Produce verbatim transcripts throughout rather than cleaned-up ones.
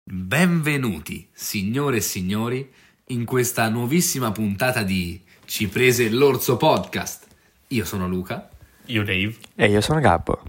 Benvenuti, signore e signori, in questa nuovissima puntata di Ci prese l'orso podcast. Io sono Luca. Io Dave. E io sono Gabbo.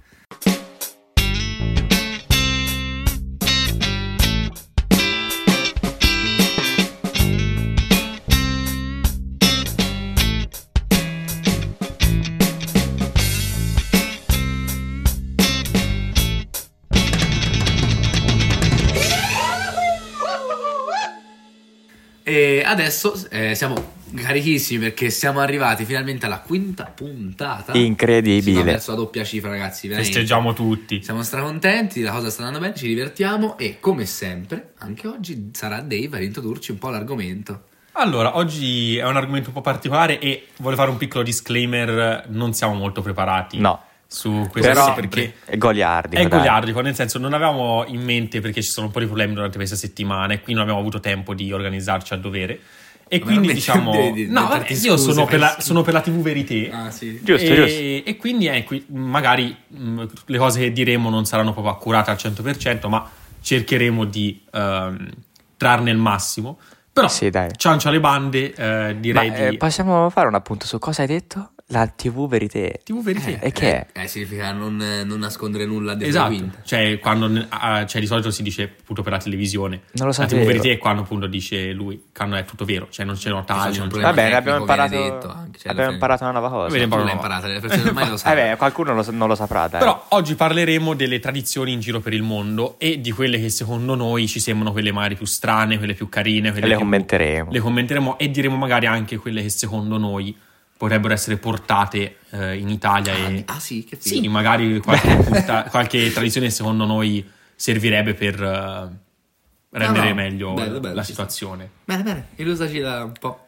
E adesso eh, siamo carichissimi perché siamo arrivati finalmente alla quinta puntata. Incredibile. Siamo verso la doppia cifra, ragazzi. Veramente. Festeggiamo tutti. Siamo stracontenti, la cosa sta andando bene, ci divertiamo e come sempre anche oggi sarà Dave a introdurci un po' l'argomento. Allora, oggi è un argomento un po' particolare e voglio fare un piccolo disclaimer, non siamo molto preparati. No. Su questo Però perché è goliardico. È goliardico, nel senso non avevamo in mente perché ci sono un po' di problemi durante questa settimana e qui non abbiamo avuto tempo di organizzarci a dovere. E Ma quindi non diciamo di- di- no, di vabbè, farti io scuse, sono per, la, sì. sono per la tivù Verité. Ah sì. Giusto, e, giusto. e quindi eh, qui, magari mh, le cose che diremo non saranno proprio accurate al cento per cento, ma cercheremo di ehm, trarne il massimo. Però Sì, dai. ciancia alle bande, eh, direi Ma eh, di possiamo fare un appunto su cosa hai detto? La tivù Verité. tivù Verité. E che è? Eh, significa non, non nascondere nulla della Esatto, quinta. cioè quando ah, cioè, di solito si dice appunto per la televisione. Non lo La sapevo. tivù Verité è quando appunto dice lui, quando è tutto vero, cioè non c'è no tagli, c'è non un c'è problema. Vabbè, ne abbiamo tecnico imparato. viene detto anche, cioè, alla abbiamo fine- imparato una nuova cosa. Vedi, Tu l'hai no. imparata, le persone ormai lo Eh sanno. beh, qualcuno lo- non lo saprà, dai. Però oggi parleremo delle tradizioni in giro per il mondo e di quelle che secondo noi ci sembrano quelle magari più strane, quelle più carine, quelle le più- commenteremo. le commenteremo e diremo magari anche quelle che secondo noi potrebbero essere portate eh, in Italia e Ah sì, che figo. sì, magari qualche, punta- qualche tradizione secondo noi servirebbe per eh, rendere no, meglio bello, bello, la ci situazione. Bene, bene, illustraci da un po'.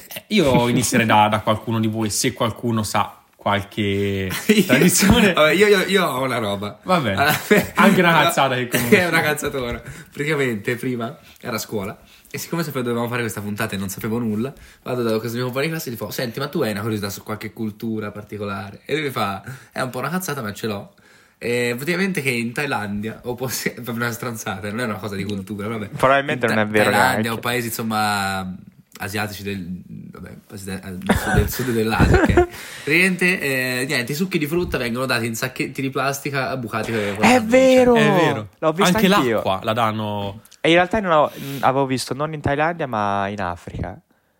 Io inizierei da, da qualcuno di voi, se qualcuno sa qualche tradizione. Vabbè, io, io, io ho una roba. Va bene. Allora, Anche una cazzata che conosci. È una cazzatora. Praticamente prima era a scuola e siccome sapevo che dovevamo fare questa puntata e non sapevo nulla, vado da questo mio compagno di classe e gli dico: senti, ma tu hai una curiosità su qualche cultura particolare? E lui mi fa: è un po' una cazzata, ma ce l'ho. E praticamente che in Thailandia, o possi- è proprio una stronzata, non è una cosa di cultura, vabbè. Probabilmente In non è vero Thailandia neanche. o paesi insomma asiatici del, vabbè, paesi del, del sud dell'Asia, ok? Praticamente eh, niente, i succhi di frutta vengono dati in sacchetti di plastica bucati con la È vero! È vero. L'ho vista Anche anch'io. l'acqua la danno. E in realtà non ho- mh, avevo visto non in Thailandia, ma in Africa.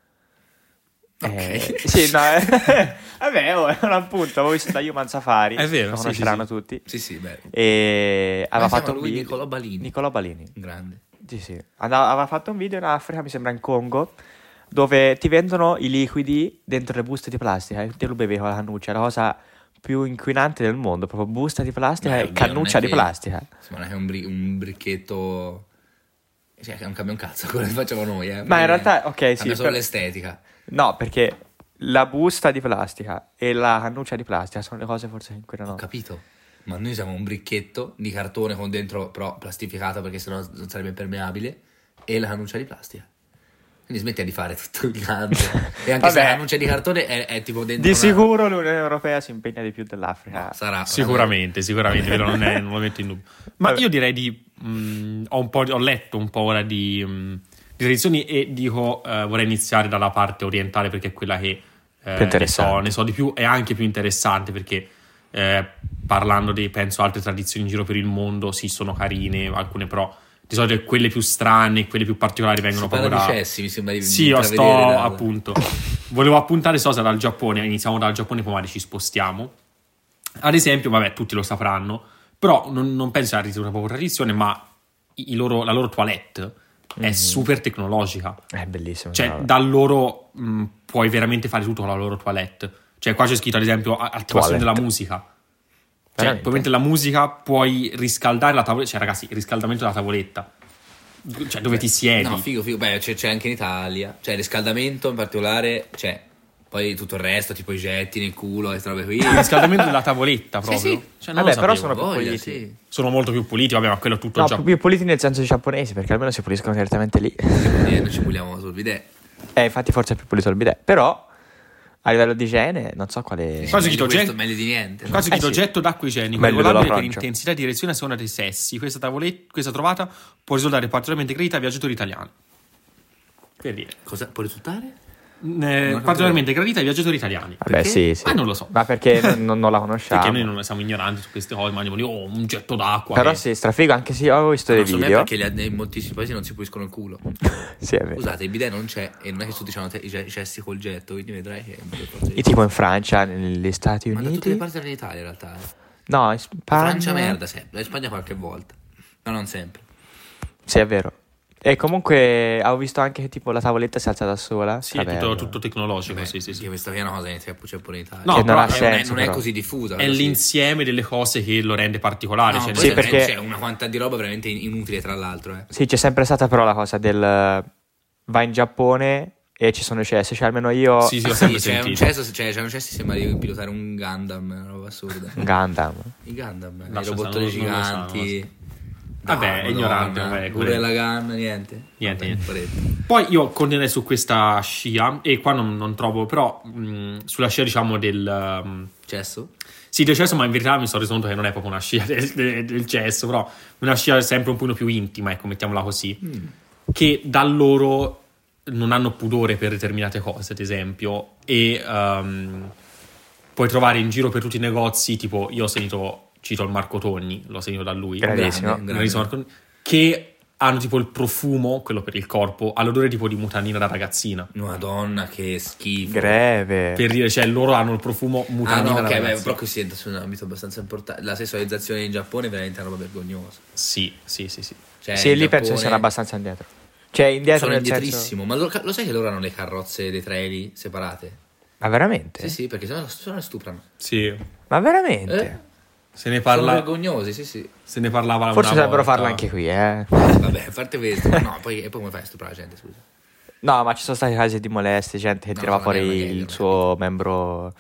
Eh, sì, no, eh, vabbè, oh, è un appunto. Avevo visto da Human Safari. È vero, lo sì, conosceranno sì, sì. tutti. Sì, sì, beh. E aveva si chiama fatto un lui? video. Niccolò Balini. Niccolò Balini. Grande. Sì, sì. Andava- aveva fatto un video in Africa, mi sembra in Congo, dove ti vendono i liquidi dentro le buste di plastica e te lo bevi con la cannuccia. È la cosa più inquinante del mondo, proprio busta di plastica Beh, e oddio, cannuccia non è di che- plastica. Sì, ma non è che un, bri- un bricchetto. Cioè, che non cambia un cazzo quello che facciamo noi, eh. Ma in realtà, ok, sì, Cambia solo per- l'estetica. No, perché la busta di plastica e la cannuccia di plastica sono le cose forse che Ho inquinano. capito. Ma noi siamo un bricchetto di cartone con dentro, però plastificato perché sennò non sarebbe impermeabile, e la cannuccia di plastica. Quindi smetti di fare tutto il canto. E anche se Vabbè. la cannuccia di cartone è, è tipo dentro. Di una- sicuro l'Unione Europea si impegna di più dell'Africa. No, sarà. Sicuramente, sicuramente, però non, è, non lo metto in dubbio. Ma Vabbè. io direi di. mh, ho, un po' di- ho letto un po' ora di, mh, di tradizioni e dico eh, vorrei iniziare dalla parte orientale perché è quella che eh, Più ne, interessante. so, ne so di più, è anche più interessante perché eh, parlando di penso altre tradizioni in giro per il mondo, sì, sono carine, alcune però di solito quelle più strane, quelle più particolari vengono Si parla proprio di da. cessi, mi sembra di Sì, di io sto intravedere dal- appunto. Volevo appuntare cosa dal Giappone. Iniziamo dal Giappone, poi magari ci spostiamo. Ad esempio, vabbè, tutti lo sapranno, però non, non penso sia una propria tradizione, ma i loro- la loro toilette è super tecnologica. È bellissimo. Cioè, no? da loro mh, puoi veramente fare tutto con la loro toilette. Cioè, qua c'è scritto, ad esempio, a- attivazione Toilette. della musica. Cioè, Veramente? puoi mettere la musica, puoi riscaldare la tavoletta. Cioè, ragazzi, il riscaldamento della tavoletta. Cioè, dove ti siedi. No, figo, figo. Beh, c'è, c'è anche in Italia. Cioè, il riscaldamento in particolare, c'è. Poi tutto il resto, tipo i getti nel culo, queste robe qui. Il riscaldamento della tavoletta proprio. sì. Cioè, non Vabbè, lo però sapevo. sono più Voglia, puliti. sì. Sono molto più puliti, vabbè, ma quello è tutto No, già. più puliti nel senso giapponesi, perché almeno si puliscono direttamente lì. E noi ci puliamo sul bidet. Eh, infatti forse è più pulito il bidet. Però a livello di igiene non so quale... Qua c'è Meglio scritto questo, oggetto- meglio di niente. no? Qua c'è scritto Eh sì. oggetto d'acqua igienico, Meglio della regolabile per Francia. intensità, direzione a seconda dei sessi. Questa tavoletta, questa trovata può risultare particolarmente gradita ai viaggiatori italiani. Per dire. Cosa può risultare? Eh, Non particolarmente gradita ai viaggiatori italiani. Vabbè, Perché? sì, sì. Ma non lo so. Ma perché non, non- non la conosciamo. Perché noi non siamo ignoranti su queste cose, ma andiamo lì, oh, un getto d'acqua. Però che- sì, strafigo, anche se io avevo visto dei Non so me video. perché le- in moltissimi paesi non si puliscono il culo. Sì, è vero. Scusate, il bidet non c'è e non è che tutti hanno te- i ce- i cessi col getto, quindi vedrai che... E tipo in Francia, negli Stati Ma da tutte Uniti. le parti dell'Italia in realtà. eh. No, in Spagna. Francia merda sempre, in Spagna qualche volta. Ma non sempre. Sì, è vero. E comunque avevo visto anche che tipo la tavoletta si alza da sola. Sì, è tutto, Bello. tutto tecnologico, Beh, sì, sì, sì. che questa è una cosa che c'è pure in Italia. No, Che non però ha non, è, senso, non è però. così diffusa. È però sì. l'insieme delle cose che lo rende particolare. No, cioè, poi Sì, nel senso- perché- c'è una quantità di roba veramente inutile tra l'altro. Eh. Sì, c'è sempre stata però la cosa del vai in Giappone e ci sono i cessi, cioè almeno io Sì, sì, ho Sì, sempre c'è un sentito. cesso, c'è, c'è un cesso sembra di pilotare un Gundam, una roba assurda. Gundam. I Gundam, i Lascia robottoni stare, non- non lo giganti. Vabbè, è Madonna, ignorante, vabbè, pure quello- la Gun, niente. Niente, Vabbè, niente. poretto. Poi io continuerei su questa scia e qua non, non trovo, però mh, sulla scia diciamo del... mh, Cesso? sì, del cesso, ma in verità mi sono reso conto che non è proprio una scia del, del- del cesso, però una scia sempre un pochino più intima, ecco, mettiamola così, che da loro non hanno pudore per determinate cose, ad esempio, e ehm, puoi trovare in giro per tutti i negozi, tipo io ho sentito, cito il Marco Togni, l'ho sentito da lui, Bravissimo. Grande, grandissimo Marco Togni, che hanno tipo il profumo, quello per il corpo, all'odore tipo di mutandina da ragazzina. Madonna, che schifo. Greve. Per dire, cioè loro hanno il profumo Ah mutandina no, da ok, beh, ragazzina. però qui si entra su un ambito abbastanza importante. La sessualizzazione in Giappone è veramente una roba vergognosa. Sì, sì, sì, sì. Cioè, Sì, in lì penso Giappone siano abbastanza indietro. Cioè, indietro sono nel senso... indietrissimo. Ma lo, lo sai che loro hanno le carrozze dei treni separate? Ma veramente? Sì, sì, perché sennò se no le stuprano. Sì. Ma veramente? Eh? Se ne Sono parla, vergognosi, sì, sì. se ne parlava Forse una dovrebbero volta. farlo anche qui, eh. Vabbè, a parte questo, ma no, poi, e poi come fai a stuprare la gente, scusa? No, ma ci sono stati casi di molestie, gente che No, tirava no, fuori non è una gag, il non è suo membro...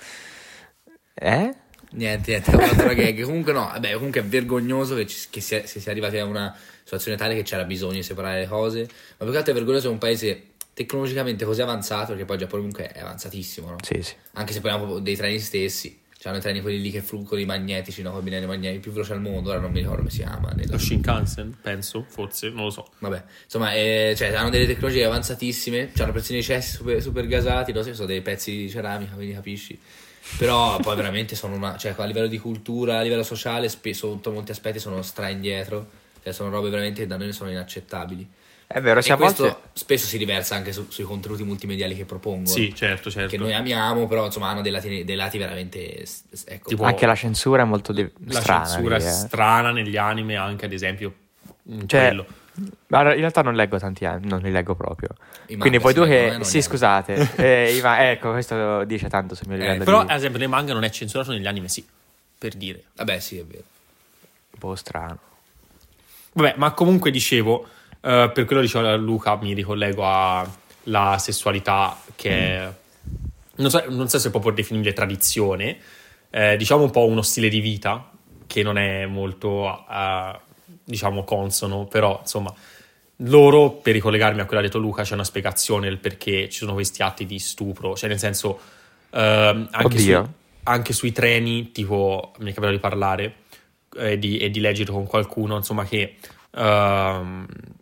Eh? Niente, niente, ho fatto una gag. Comunque no, vabbè, comunque è vergognoso che, ci- che sia, si sia arrivati a una situazione tale che c'era bisogno di separare le cose. Ma più che altro è vergognoso che un paese tecnologicamente così avanzato, perché poi il Giappone comunque è avanzatissimo, no? Sì, sì. Anche se parliamo proprio dei treni stessi. C'hanno i treni quelli lì che fruggono i magnetici, no? Con i binari magnetici, più veloce al mondo, ora non mi ricordo come si chiama. nella- Lo Shinkansen, penso, forse, non lo so. Vabbè, insomma, eh, cioè, hanno delle tecnologie avanzatissime, hanno persino i cessi super, super gasati, no? Sono dei pezzi di ceramica, quindi capisci. Però poi veramente sono una, cioè a livello di cultura, a livello sociale, spesso sotto molti aspetti sono stra indietro, cioè sono robe veramente che da noi sono inaccettabili. È vero, se E a questo volte... spesso si riversa anche su- sui contenuti multimediali che propongono. Sì, certo, certo. Che noi amiamo, però insomma hanno dei lati, dei lati veramente, s- s- ecco. Tipo- Anche la censura è molto di- La strana. censura lì, è eh. strana negli anime, anche ad esempio in Cioè, quello. allora, in realtà non leggo tanti anni, non li leggo proprio. I manga Quindi poi si tu leggono, che... eh, non Sì, li- scusate. eh, Iva- ecco, questo dice tanto sul mio Eh, livello Però, di... ad esempio, nei manga non è censurato, negli anime sì, per dire. Vabbè, sì, è vero. Un po' strano. Vabbè, ma comunque dicevo, eh, per quello diceva Luca, mi ricollego alla sessualità che è, non so, non so se può definire tradizione, eh, diciamo un po' uno stile di vita che non è molto, eh, diciamo, consono, però insomma, loro, per ricollegarmi a quello che ha detto Luca, c'è una spiegazione del perché ci sono questi atti di stupro, cioè nel senso, ehm, anche, Oddio. su- anche sui treni, tipo, mi è capitato di parlare e di, e di leggere con qualcuno, insomma, che ehm,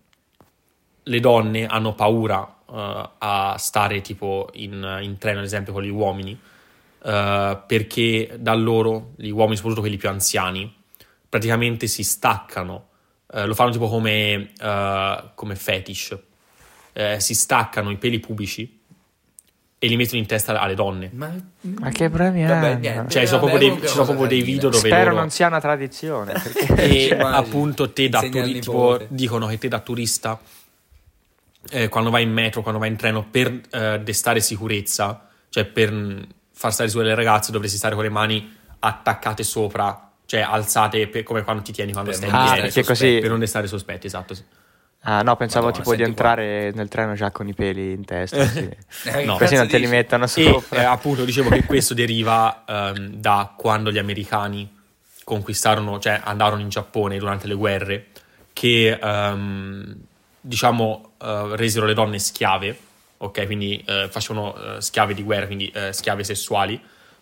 le donne hanno paura eh, a stare tipo in, in treno, ad esempio, con gli uomini, eh, perché da loro, gli uomini, soprattutto quelli più anziani, praticamente si staccano, eh, lo fanno tipo come, eh, come fetish, eh, si staccano i peli pubici e li mettono in testa alle donne. Ma, Ma che bravi Vabbè, hanno. niente. Cioè, ci sono vabbè, proprio dei, comunque ci è sono una proprio dei cosa video dove Spero loro... non sia una tradizione. Perché... E Immagini. appunto te da Insegna al turi- tipo, nipote. dicono che te da turista eh, quando vai in metro, quando vai in treno, per eh, destare sicurezza, cioè per mh, far stare su le ragazze dovresti stare con le mani attaccate sopra, cioè alzate per- come quando ti tieni quando Per stai non in Ah, piedi, perché così... per non destare sospetti, esatto, sì. Ah, no, pensavo Madonna, tipo di senti entrare nel treno già con i peli in testa. Sì. Eh, che No. Così cazzo non te li dici? mettono E sopra. eh, appunto dicevo che questo deriva ehm, da quando gli americani conquistarono, cioè andarono in Giappone durante le guerre, che ehm, diciamo eh, resero le donne schiave ok? Quindi eh, facevano eh, schiave di guerra, quindi eh, schiave sessuali.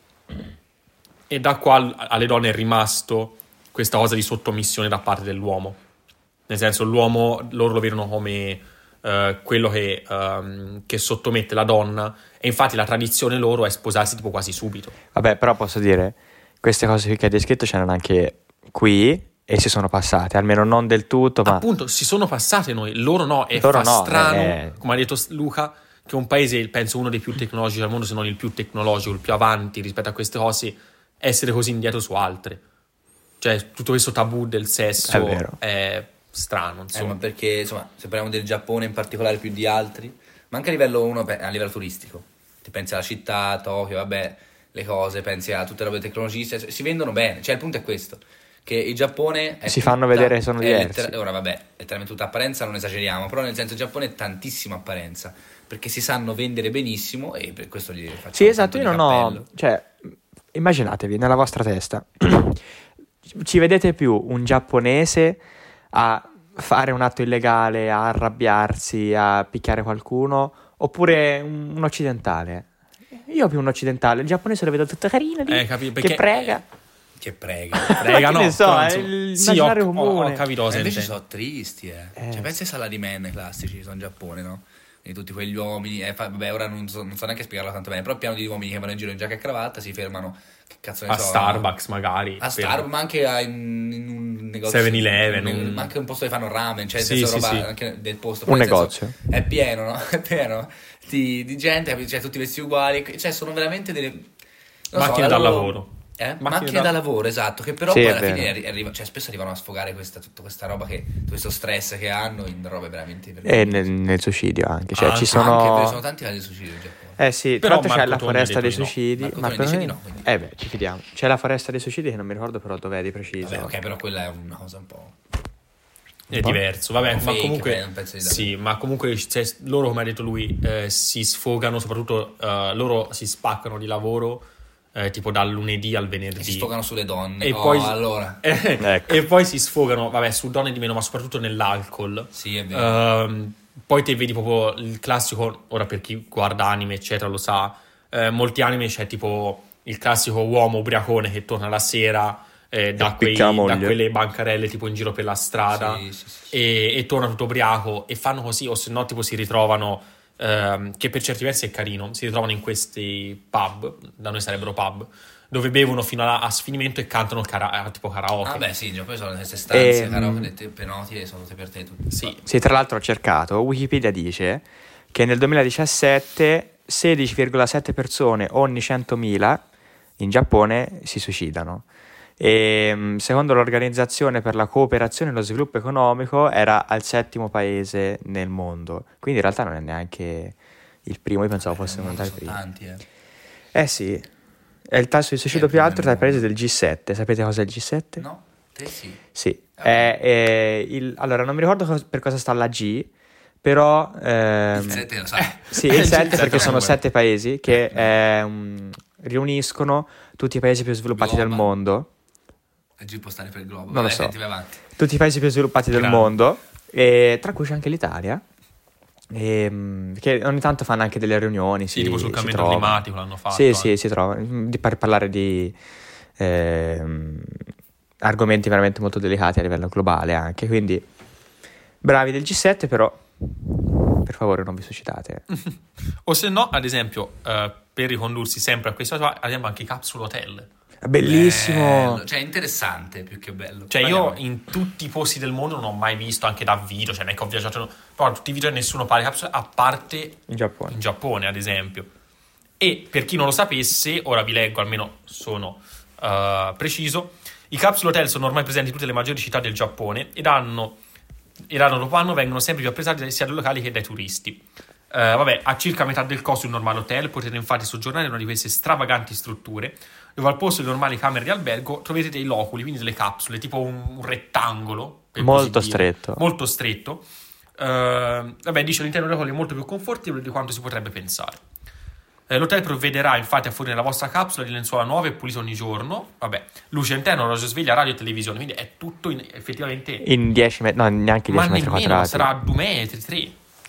E da qua alle donne è rimasto questa cosa di sottomissione da parte dell'uomo. Nel senso, l'uomo loro lo vedono come uh, quello che, um, che sottomette la donna, e infatti la tradizione loro è sposarsi tipo quasi subito. Vabbè, però posso dire, queste cose qui che hai descritto c'erano anche qui e si sono passate, almeno non del tutto, ma... Appunto, si sono passate noi, loro no, e Loro fa no, strano, eh. come ha detto Luca, che è un paese, penso uno dei più tecnologici al mondo, se non il più tecnologico, il più avanti rispetto a queste cose, essere così indietro su altre. Cioè, tutto questo tabù del sesso È vero. è strano, Eh, insomma. ma perché, insomma, se parliamo del Giappone in particolare più di altri, ma anche a livello, uno, a livello turistico, ti pensi alla città, Tokyo, vabbè, le cose, pensi a tutte le robe tecnologiche, si vendono bene, cioè il punto è questo, che il Giappone è Si fanno vedere che sono è diversi. letter- ora vabbè, letteralmente tutta apparenza, non esageriamo, però nel senso il Giappone è tantissima apparenza, perché si sanno vendere benissimo e per questo gli facciamo Sì, esatto, tanto io di non ho... cappello. Cioè, immaginatevi, nella vostra testa, ci vedete più un giapponese a fare un atto illegale, a arrabbiarsi, a picchiare qualcuno, oppure un, un occidentale? Io più un occidentale, il giapponese lo vedo tutto carino lì, Eh, capi- che perché- prega. Che prega. Prega, Che no, ne so, però, è insomma, il sì, ho, immaginario ho- comune. ho capito cosa Ma invece intendi. sono tristi, eh. Eh. Cioè, pensa ai salarimen classici che sono in Giappone, no? Quindi tutti quegli uomini, eh, fa- vabbè, ora non so, non so neanche spiegarlo tanto bene, però piano di uomini che vanno in giro in giacca e cravatta, si fermano, che cazzo ne A so, Starbucks magari. a per- Starbucks, ma anche a- in, in un negozio seven eleven, un- un- ma anche un posto dove fanno ramen, cioè nel Sì, senso sì, roba sì. anche del posto, Un però nel senso, negozio. è pieno, no? È pieno di, di gente, cioè tutti vestiti uguali, cioè sono veramente delle non so, Macchine la da loro- lavoro. Eh? Macchine Macchine, da- da... lavoro, esatto, che però Sì, poi è alla vero. fine arri- arriva, cioè spesso arrivano a sfogare questa, tutta questa roba che, tutto questo stress che hanno in robe veramente E vergognosose. nel, nel suicidio anche, cioè Ah, ci anche, sono... Anche perché sono tanti casi di suicidio in Giappone. Eh sì, tra Però l'altro c'è Marco la Toni foresta ha dei detto di no. suicidi. Marco Marco Toni dice Toni- di no, quindi. Eh beh, ci fidiamo. C'è la foresta dei suicidi che non mi ricordo però dov'è di preciso. Vabbè, ok, però quella è una cosa un po'. È Un po'? diverso, vabbè, Un po' ma fake, comunque beh, non penso di sì, ma comunque cioè, loro, come ha detto lui, eh, si sfogano, soprattutto eh, loro si spaccano di lavoro eh, tipo dal lunedì al venerdì. E si sfogano sulle donne. E Oh, poi allora. eh, Ecco. e poi si sfogano, vabbè, su donne di meno, ma soprattutto nell'alcol. Sì, è vero. Ehm, poi te vedi proprio il classico, ora per chi guarda anime eccetera lo sa, eh, molti anime c'è tipo il classico uomo ubriacone che torna la sera eh, da, quei, picchia la da moglie. quelle bancarelle tipo in giro per la strada Sì, sì, sì, sì. e, e torna tutto ubriaco e fanno così, o se no tipo si ritrovano, ehm, che per certi versi è carino, si ritrovano in questi pub, da noi sarebbero pub, dove bevono fino a, a sfinimento e cantano cara- tipo karaoke. Ah, beh, sì, in Giappone sono queste stanze, Ehm. karaoke, dette penoti e sono tutte per te. Tutte. Sì. Sì, tra l'altro ho cercato, Wikipedia dice che nel duemiladiciassette sedici virgola sette persone ogni centomila in Giappone si suicidano. E mh, secondo l'Organizzazione per la Cooperazione e lo Sviluppo Economico era al settimo paese nel mondo. Quindi in realtà non è neanche il primo, io pensavo fosse uno Eh, tra i sono primi. tanti, eh. Eh sì, è il tasso di suicidio È più il alto tra i primo paesi del G sette. Sapete cos'è il G sette? No? Te sì. Sì, è, è il, allora non mi ricordo cos- per cosa sta la G, però ehm, Il sette lo sai. sì, il sette sette perché sono comunque. sette paesi che ehm, riuniscono tutti i paesi più sviluppati del Global. mondo, E G può stare per il globo. Non lo Vabbè, so. senti, vai avanti. tutti i paesi più sviluppati del Grande. mondo, e tra cui c'è anche l'Italia, ehm, che ogni tanto fanno anche delle riunioni, Sì, si, tipo sul si cambiamento trovano. climatico l'hanno fatto. Sì, eh. sì, si trova di par- parlare di ehm, argomenti veramente molto delicati a livello globale anche, quindi bravi del G sette, però per favore non vi suicidate. O se no, ad esempio, eh, per ricondursi sempre a questa cosa, abbiamo anche i capsule hotel. È bellissimo. Bello. Cioè, interessante più che bello. Cioè, io Parliamo. in tutti i posti del mondo non ho mai visto, anche da video, cioè non è che ho viaggiato, no, però tutti i video nessuno parla di capsule, a parte In Giappone. in Giappone, ad esempio. E per chi non lo sapesse, ora vi leggo, almeno sono eh, preciso, i capsule hotel sono ormai presenti in tutte le maggiori città del Giappone ed hanno, ed anno dopo anno vengono sempre più apprezzati sia dai locali che dai turisti. Eh, vabbè, a circa metà del costo di un normale hotel potete infatti soggiornare in una di queste stravaganti strutture dove al posto delle normali camere di albergo troverete dei loculi, quindi delle capsule, tipo un, un rettangolo per Molto così dire. stretto. Molto stretto. Eh, vabbè, dice all'interno del locale è molto più confortevole di quanto si potrebbe pensare. Eh, l'hotel provvederà infatti a fornire alla vostra capsula di lenzuola nuove e pulite ogni giorno. Vabbè, luce interna, orologio sveglia, radio e televisione, quindi è tutto in- effettivamente In dieci metri, no, neanche ma dieci metri nemmeno, quadrati. sarà due metri, tre.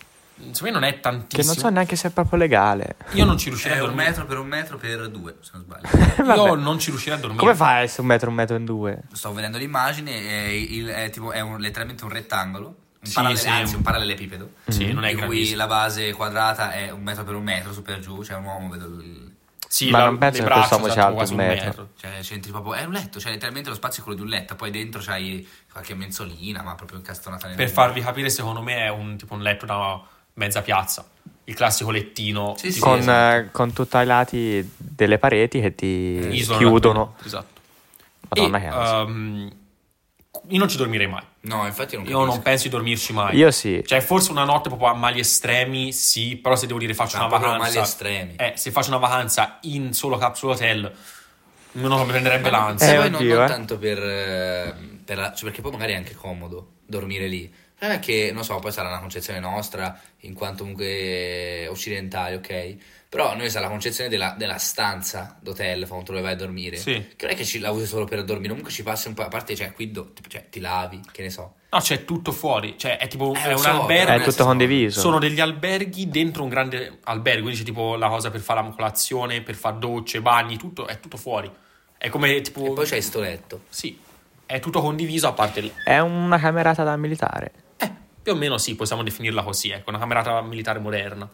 secondo me non è Che tantissimo. non so neanche se è proprio legale. Io non ci riuscirei È a un dormire. metro per un metro per due, se non sbaglio. Vabbè. Io non ci riuscirei a dormire. Come fai a essere un metro, un metro in due? Sto vedendo l'immagine, è, il- è tipo, è un- letteralmente un rettangolo, un, Sì, parallele- sì. anzi un parallelepipedo, Sì, non è di cui grandissimo. la base quadrata è un metro per un metro, su per giù, c'è un uomo, vedo il... Sì, Ma la- non penso le che braccia, quest'uomo sia esatto, alto quasi un metro. Cioè, c'entri proprio, è un letto, cioè letteralmente lo spazio è quello di un letto, poi dentro c'hai qualche menzolina, ma proprio incastonata nel Per farvi capire, secondo me è un tipo un letto da mezza piazza. Il classico lettino Sì, sì, tipo- Con, esatto. eh, con tutti i lati delle pareti che ti isolano chiudono. la- Esatto. Madonna E, che ansia. ehm, io non ci dormirei mai. No, infatti non Io capisco. non penso di dormirci mai. Io sì. Cioè, forse una notte proprio a mali estremi, sì, però se devo dire faccio Ma una proprio vacanza. mali estremi. Eh, se faccio una vacanza in solo capsule hotel, uno mi prenderebbe E l'ansia. Eh, poi non, oddio, non eh. tanto per, eh, per la- cioè, perché poi magari è anche comodo dormire lì. Non è che, non so, poi sarà una concezione nostra, in quanto comunque occidentali, ok? Però noi sa la concezione della, della stanza d'hotel quando dove vai a dormire. Sì. Che non è che ci la usi solo per dormire, comunque ci passi un po', a parte, cioè, qui do- tipo, cioè, ti lavi, che ne so. No, c'è tutto fuori. Cioè, è tipo Eh, è lo un so, albergo. però È non tutto stesso- condiviso. Sono degli alberghi dentro un grande albergo, quindi c'è tipo la cosa per fare la colazione, per fare docce, bagni, tutto, è tutto fuori. È come tipo... E poi c'hai sto letto. Sì, è tutto condiviso a parte lì. È una camerata da militare. Eh, più o meno sì, possiamo definirla così, ecco, una camerata militare moderna.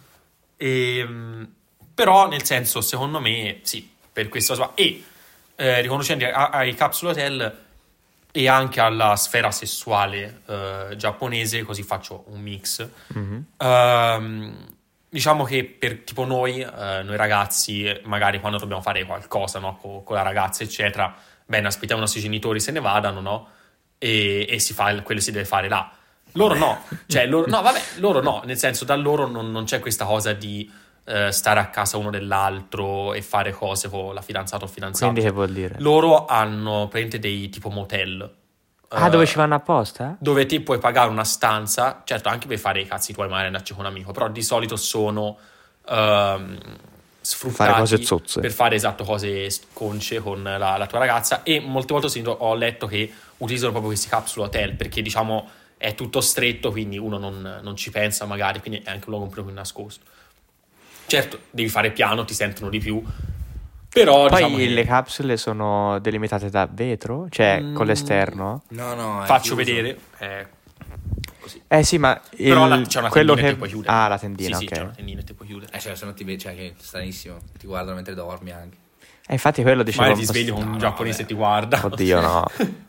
Ehm, però, nel senso, secondo me, sì, per questo... cosa- E, eh, riconoscendo a- ai capsule hotel e anche alla sfera sessuale eh, giapponese, così faccio un mix, Mhm. Ehm, diciamo che per tipo noi, eh, noi ragazzi, magari quando dobbiamo fare qualcosa, no, co- con la ragazza, eccetera, bene, aspettiamo i nostri genitori se ne vadano, no? E, e si fa il- quello che si deve fare là. Loro no, cioè loro, no, vabbè, loro no, nel senso da loro non, non c'è questa cosa di eh, stare a casa uno dell'altro e fare cose con la fidanzata o fidanzato. Quindi che vuol dire? Loro hanno praticamente dei tipo motel. Ah, Eh, dove ci vanno apposta? dove ti puoi pagare una stanza, certo anche per fare i cazzi tuoi, magari andarci con un amico, però di solito sono ehm, sfruttati Fare cose zozze. per fare esatto cose conce con la, la tua ragazza, e molte volte ho, sentito- ho letto che utilizzano proprio questi capsule hotel perché diciamo è tutto stretto, quindi uno non, non ci pensa magari, quindi è anche un luogo un po' più nascosto. Certo, devi fare piano, ti sentono di più, però Poi diciamo che- le capsule sono delimitate da vetro? Cioè, Mm. con l'esterno? No, no, è faccio chiuso. vedere, eh, così. Eh sì, ma il, Però là c'è una quello tendina che... che puoi chiudere. Ah, la tendina, sì, ok. sì, c'è una tendina e ti puoi chiudere. Eh, cioè, se no ti vedi, cioè, che è stranissimo. Ti guardano mentre dormi anche. E infatti quello dicevo... Magari un ti po' svegli st- con un no, giapponese vabbè. e ti guarda. Oddio, no.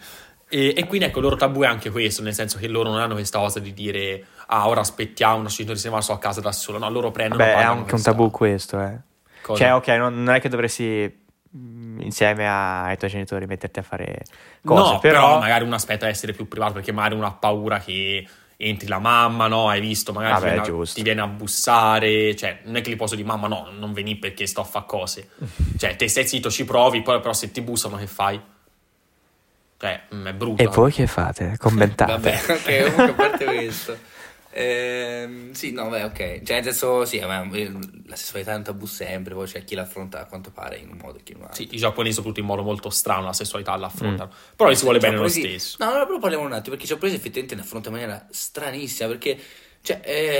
E, e quindi ecco, il loro tabù è anche questo, nel senso che loro non hanno questa cosa di dire ah, ora aspettiamo, i nostri genitori se ne vanno, sto a casa da solo. No, loro prendono... Beh, è pagano anche un questa tabù questo, eh. cosa. Cioè, ok, non, non è che dovresti mm, insieme a- ai tuoi genitori metterti a fare cose, No, però... però magari uno aspetta ad essere più privato perché magari uno ha paura che entri la mamma, no? Hai visto? Magari Vabbè, ti, viene a, giusto. ti viene a bussare, cioè non è che gli posso dire mamma no, non venì perché sto a fare cose. Cioè te stai zitto, ci provi, poi però se ti bussano che fai? Cioè, mm, è brutto. E voi che fate? Commentate. Vabbè, ok, comunque a parte questo. Ehm, sì, no, beh, ok. Cioè, nel senso, sì, vabbè, la sessualità è un tabù sempre, poi c'è chi l'affronta a quanto pare in un modo e chi in un altro. Sì, i giapponesi soprattutto in modo molto strano la sessualità l'affrontano. Però gli si vuole bene lo Giapponesi- stesso. No, no, però parliamo un attimo, perché i giapponesi effettivamente ne affronta in maniera stranissima, perché, cioè,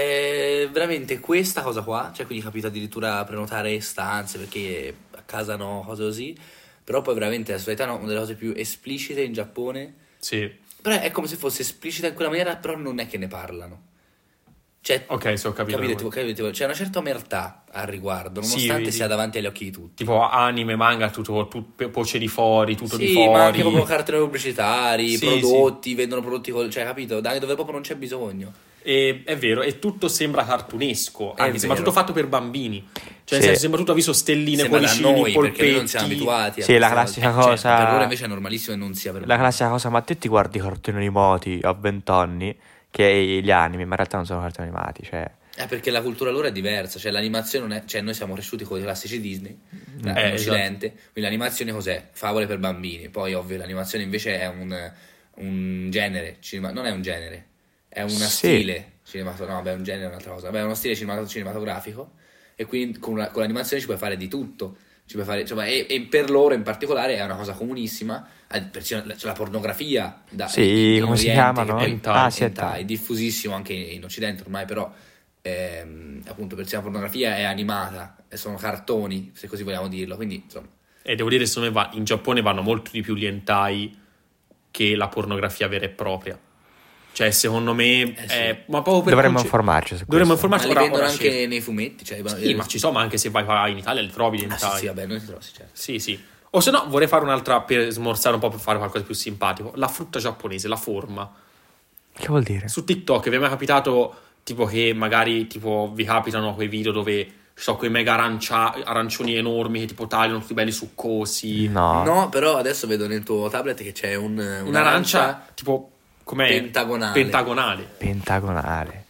è veramente questa cosa qua, cioè, quindi capito addirittura prenotare stanze, perché a casa no, cose così, però poi veramente la sessualità è una delle cose più esplicite in Giappone, Sì. però è come se fosse esplicita in quella maniera, però non è che ne parlano. Cioè, Ok, sì, ho capito. capite, tipo, capite, tipo, c'è una certa omertà al riguardo, Sì, nonostante vedi. sia davanti agli occhi di tutti. Tipo anime, manga, tutto, tutto poce di fuori, tutto di Sì, fuori. ma anche proprio cartoni pubblicitari, Sì, prodotti, vendono prodotti, col- cioè, capito? Anche dove proprio non c'è bisogno. E, è vero, e tutto sembra cartunesco, È anche sembra vero. tutto fatto per bambini. Cioè, nel Sì. senso, sembra tutto avviso stelline, Sembra da cuoricini, noi, perché noi polpetti. non siamo abituati a Sì, la queste classica cose. cosa- Cioè, per loro invece è normalissimo e non sia per La noi. classica cosa, ma te ti guardi i cartoni animati a vent'anni, che gli anime, ma in realtà non sono cartoni animati, cioè... È perché la cultura loro è diversa, cioè l'animazione non è, cioè noi siamo cresciuti con i classici Disney, Eh, in Occidente, quindi l'animazione cos'è? Favole per bambini, poi ovvio l'animazione invece è un, un genere, cinema- non è un genere, è una Sì. stile cinematografico, no, beh, un genere è un'altra cosa, beh, è uno stile cinema- cinematografico e quindi con, una- con l'animazione ci puoi fare di tutto, ci puoi fare, insomma, e, e per loro in particolare è una cosa comunissima, eh, persino la, cioè la pornografia da, Sì, in come si Oriente, chiamano? che poi- Hentai. Ah, sì, hentai, hentai. è diffusissimo anche in Occidente ormai, però ehm, appunto per la pornografia è animata, e sono cartoni, se così vogliamo dirlo, quindi insomma. E devo dire, secondo me va, in Giappone vanno molto di più gli hentai che la pornografia vera e propria. Cioè, secondo me, Eh sì. è, ma proprio per Dovremmo conce- informarci su Dovremmo questo. Ma informarci li ora- vendono ora anche scegli. nei fumetti, cioè, Sì, ma ci sono, ma anche se vai vai in Italia li trovi gli ah, hentai. sì, sì, vabbè, noi sì, sì, certo. Sì, sì. O se no, vorrei fare un'altra per smorzare un po', per fare qualcosa di più simpatico. La frutta giapponese, la forma. Che vuol dire? Su TikTok vi è mai capitato, tipo, che magari, tipo, vi capitano quei video dove ci sono quei mega arancia- arancioni enormi che tipo tagliano tutti belli succosi? No. No, però adesso vedo nel tuo tablet che c'è un, un'arancia Un'arancia, tipo, com'è? pentagonale. Pentagonale. Pentagonale.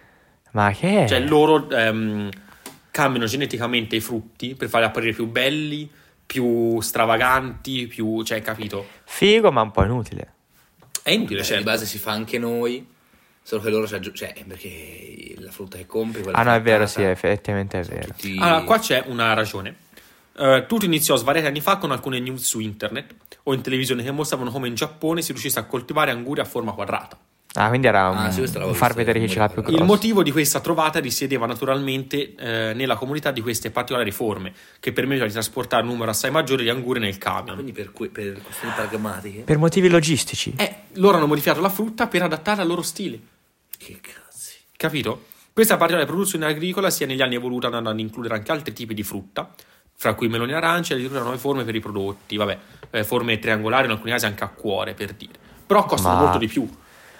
Ma che è? Cioè, loro ehm, cambiano geneticamente i frutti per farli apparire più belli, più stravaganti, più... cioè, capito? Figo, ma un po' inutile. È inutile, Cioè, certo. di base si fa anche noi, solo che loro ci aggiungono, cioè, perché la frutta che compri, quella Ah no, è vero, trattata, sì, effettivamente è sono vero. tutti- Allora, qua c'è una ragione. Eh, tutto iniziò svariati anni fa con alcune news su internet o in televisione che mostravano come in Giappone si riuscisse a coltivare anguri a forma quadrata. Ah, quindi era un, Ah, sì, questo un l'avevo far visto, vedere chi ce l'ha più molto grosso. Il motivo di questa trovata risiedeva naturalmente eh, nella comunità di queste particolari forme, che permetteva di trasportare un numero assai maggiore di angure nel camion. Quindi per, que- per questioni pragmatiche. Per motivi logistici. Eh, loro hanno modificato la frutta per adattarla al loro stile. Che cazzi. Capito? Questa particolare produzione agricola si è negli anni evoluta andando ad includere anche altri tipi di frutta, fra cui meloni e arance, e addirittura nuove forme per i prodotti, vabbè, eh, forme triangolari, in alcuni casi anche a cuore, per dire. Però costano Ma- molto di più.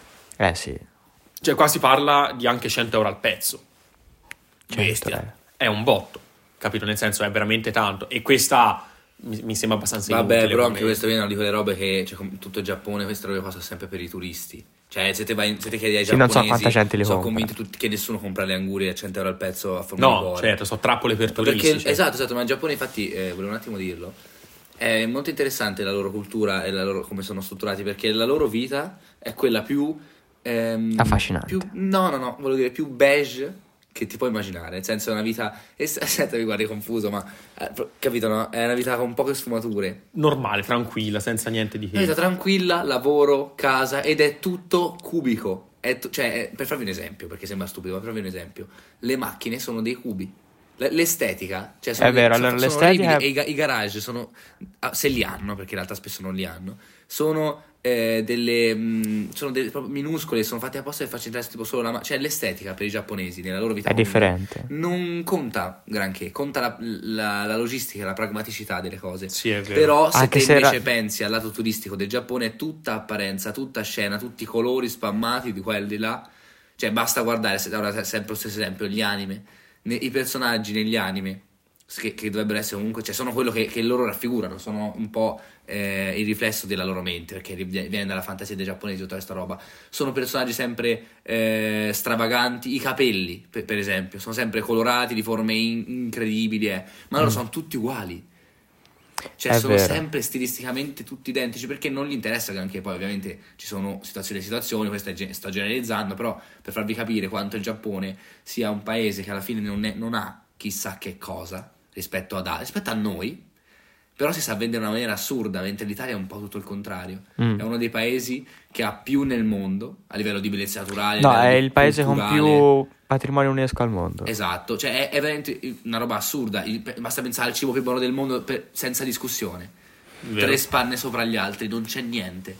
Eh sì. Cioè, qua si parla di anche cento euro al pezzo. Certo, Bestia. eh. È un botto, capito? Nel senso, è veramente tanto. E questa mi, mi sembra abbastanza Vabbè, inutile però come- anche questo viene di quelle robe che, cioè, com- tutto il Giappone, queste robe costa sempre per i turisti. Cioè, se te, vai, se te chiedi ai Sì, non so giapponesi, quanta gente li sono compra. convinti tutti che nessuno compra le angurie a cento euro al pezzo a forma di No, cuore. certo, sono trappole per Perché, turisti. cioè. esatto, esatto, ma il Giappone infatti, eh, volevo un attimo dirlo, è molto interessante la loro cultura e la loro, come sono strutturati, perché la loro vita è quella più... ehm, Affascinante. più- no, no, no, volevo dire più beige che ti puoi immaginare, nel senso è una vita... Aspetta, mi guardi confuso, ma... eh, capito, no? È una vita con poche sfumature. Normale, tranquilla, senza niente di Una vita che. tranquilla, lavoro, casa, ed è tutto cubico. È tu- cioè, è- per farvi un esempio, perché sembra stupido, ma per farvi un esempio, le macchine sono dei cubi. L- L'estetica, cioè sono È vero, sono, allora, sono l'estetica orribili, è- e i, ga- i garage sono, ah, se li hanno, perché in realtà spesso non li hanno, sono eh, delle mh, sono delle proprio minuscole, sono fatti apposta per farci entrare tipo solo la ma- cioè l'estetica per i giapponesi nella loro vita È comune differente. non conta granché, conta la, la- la logistica, la pragmaticità delle cose. Sì, è vero. Però se Anche te se invece era- pensi al lato turistico del Giappone è tutta apparenza, tutta scena, tutti i colori spammati di qua e di là. Cioè basta guardare, se- ora sempre lo stesso esempio, gli anime. Ne- I personaggi negli anime, che, che dovrebbero essere comunque, cioè sono quello che, che loro raffigurano, sono un po' eh, il riflesso della loro mente, perché ri- viene dalla fantasia dei giapponesi tutta questa roba. Sono personaggi sempre eh, stravaganti, i capelli per, per esempio, sono sempre colorati di forme in- incredibili, eh. Ma loro sono tutti uguali. Cioè È sono vero. sempre stilisticamente tutti identici, perché non gli interessa che anche poi ovviamente ci sono situazioni e situazioni, questo è gen- sto generalizzando, però per farvi capire quanto il Giappone sia un paese che alla fine non, è- non ha chissà che cosa rispetto, ad, rispetto a noi, però si sa vendere in una maniera assurda, mentre l'Italia è un po' tutto il contrario. Mm. È uno dei paesi che ha più nel mondo a livello di bellezza naturale, a No, livello è di il paese con culturale. più patrimonio UNESCO al mondo. Esatto, cioè è, è veramente una roba assurda. Il- basta pensare al cibo più buono del mondo per- senza discussione. Vero. Tre spanne sopra gli altri, non c'è niente,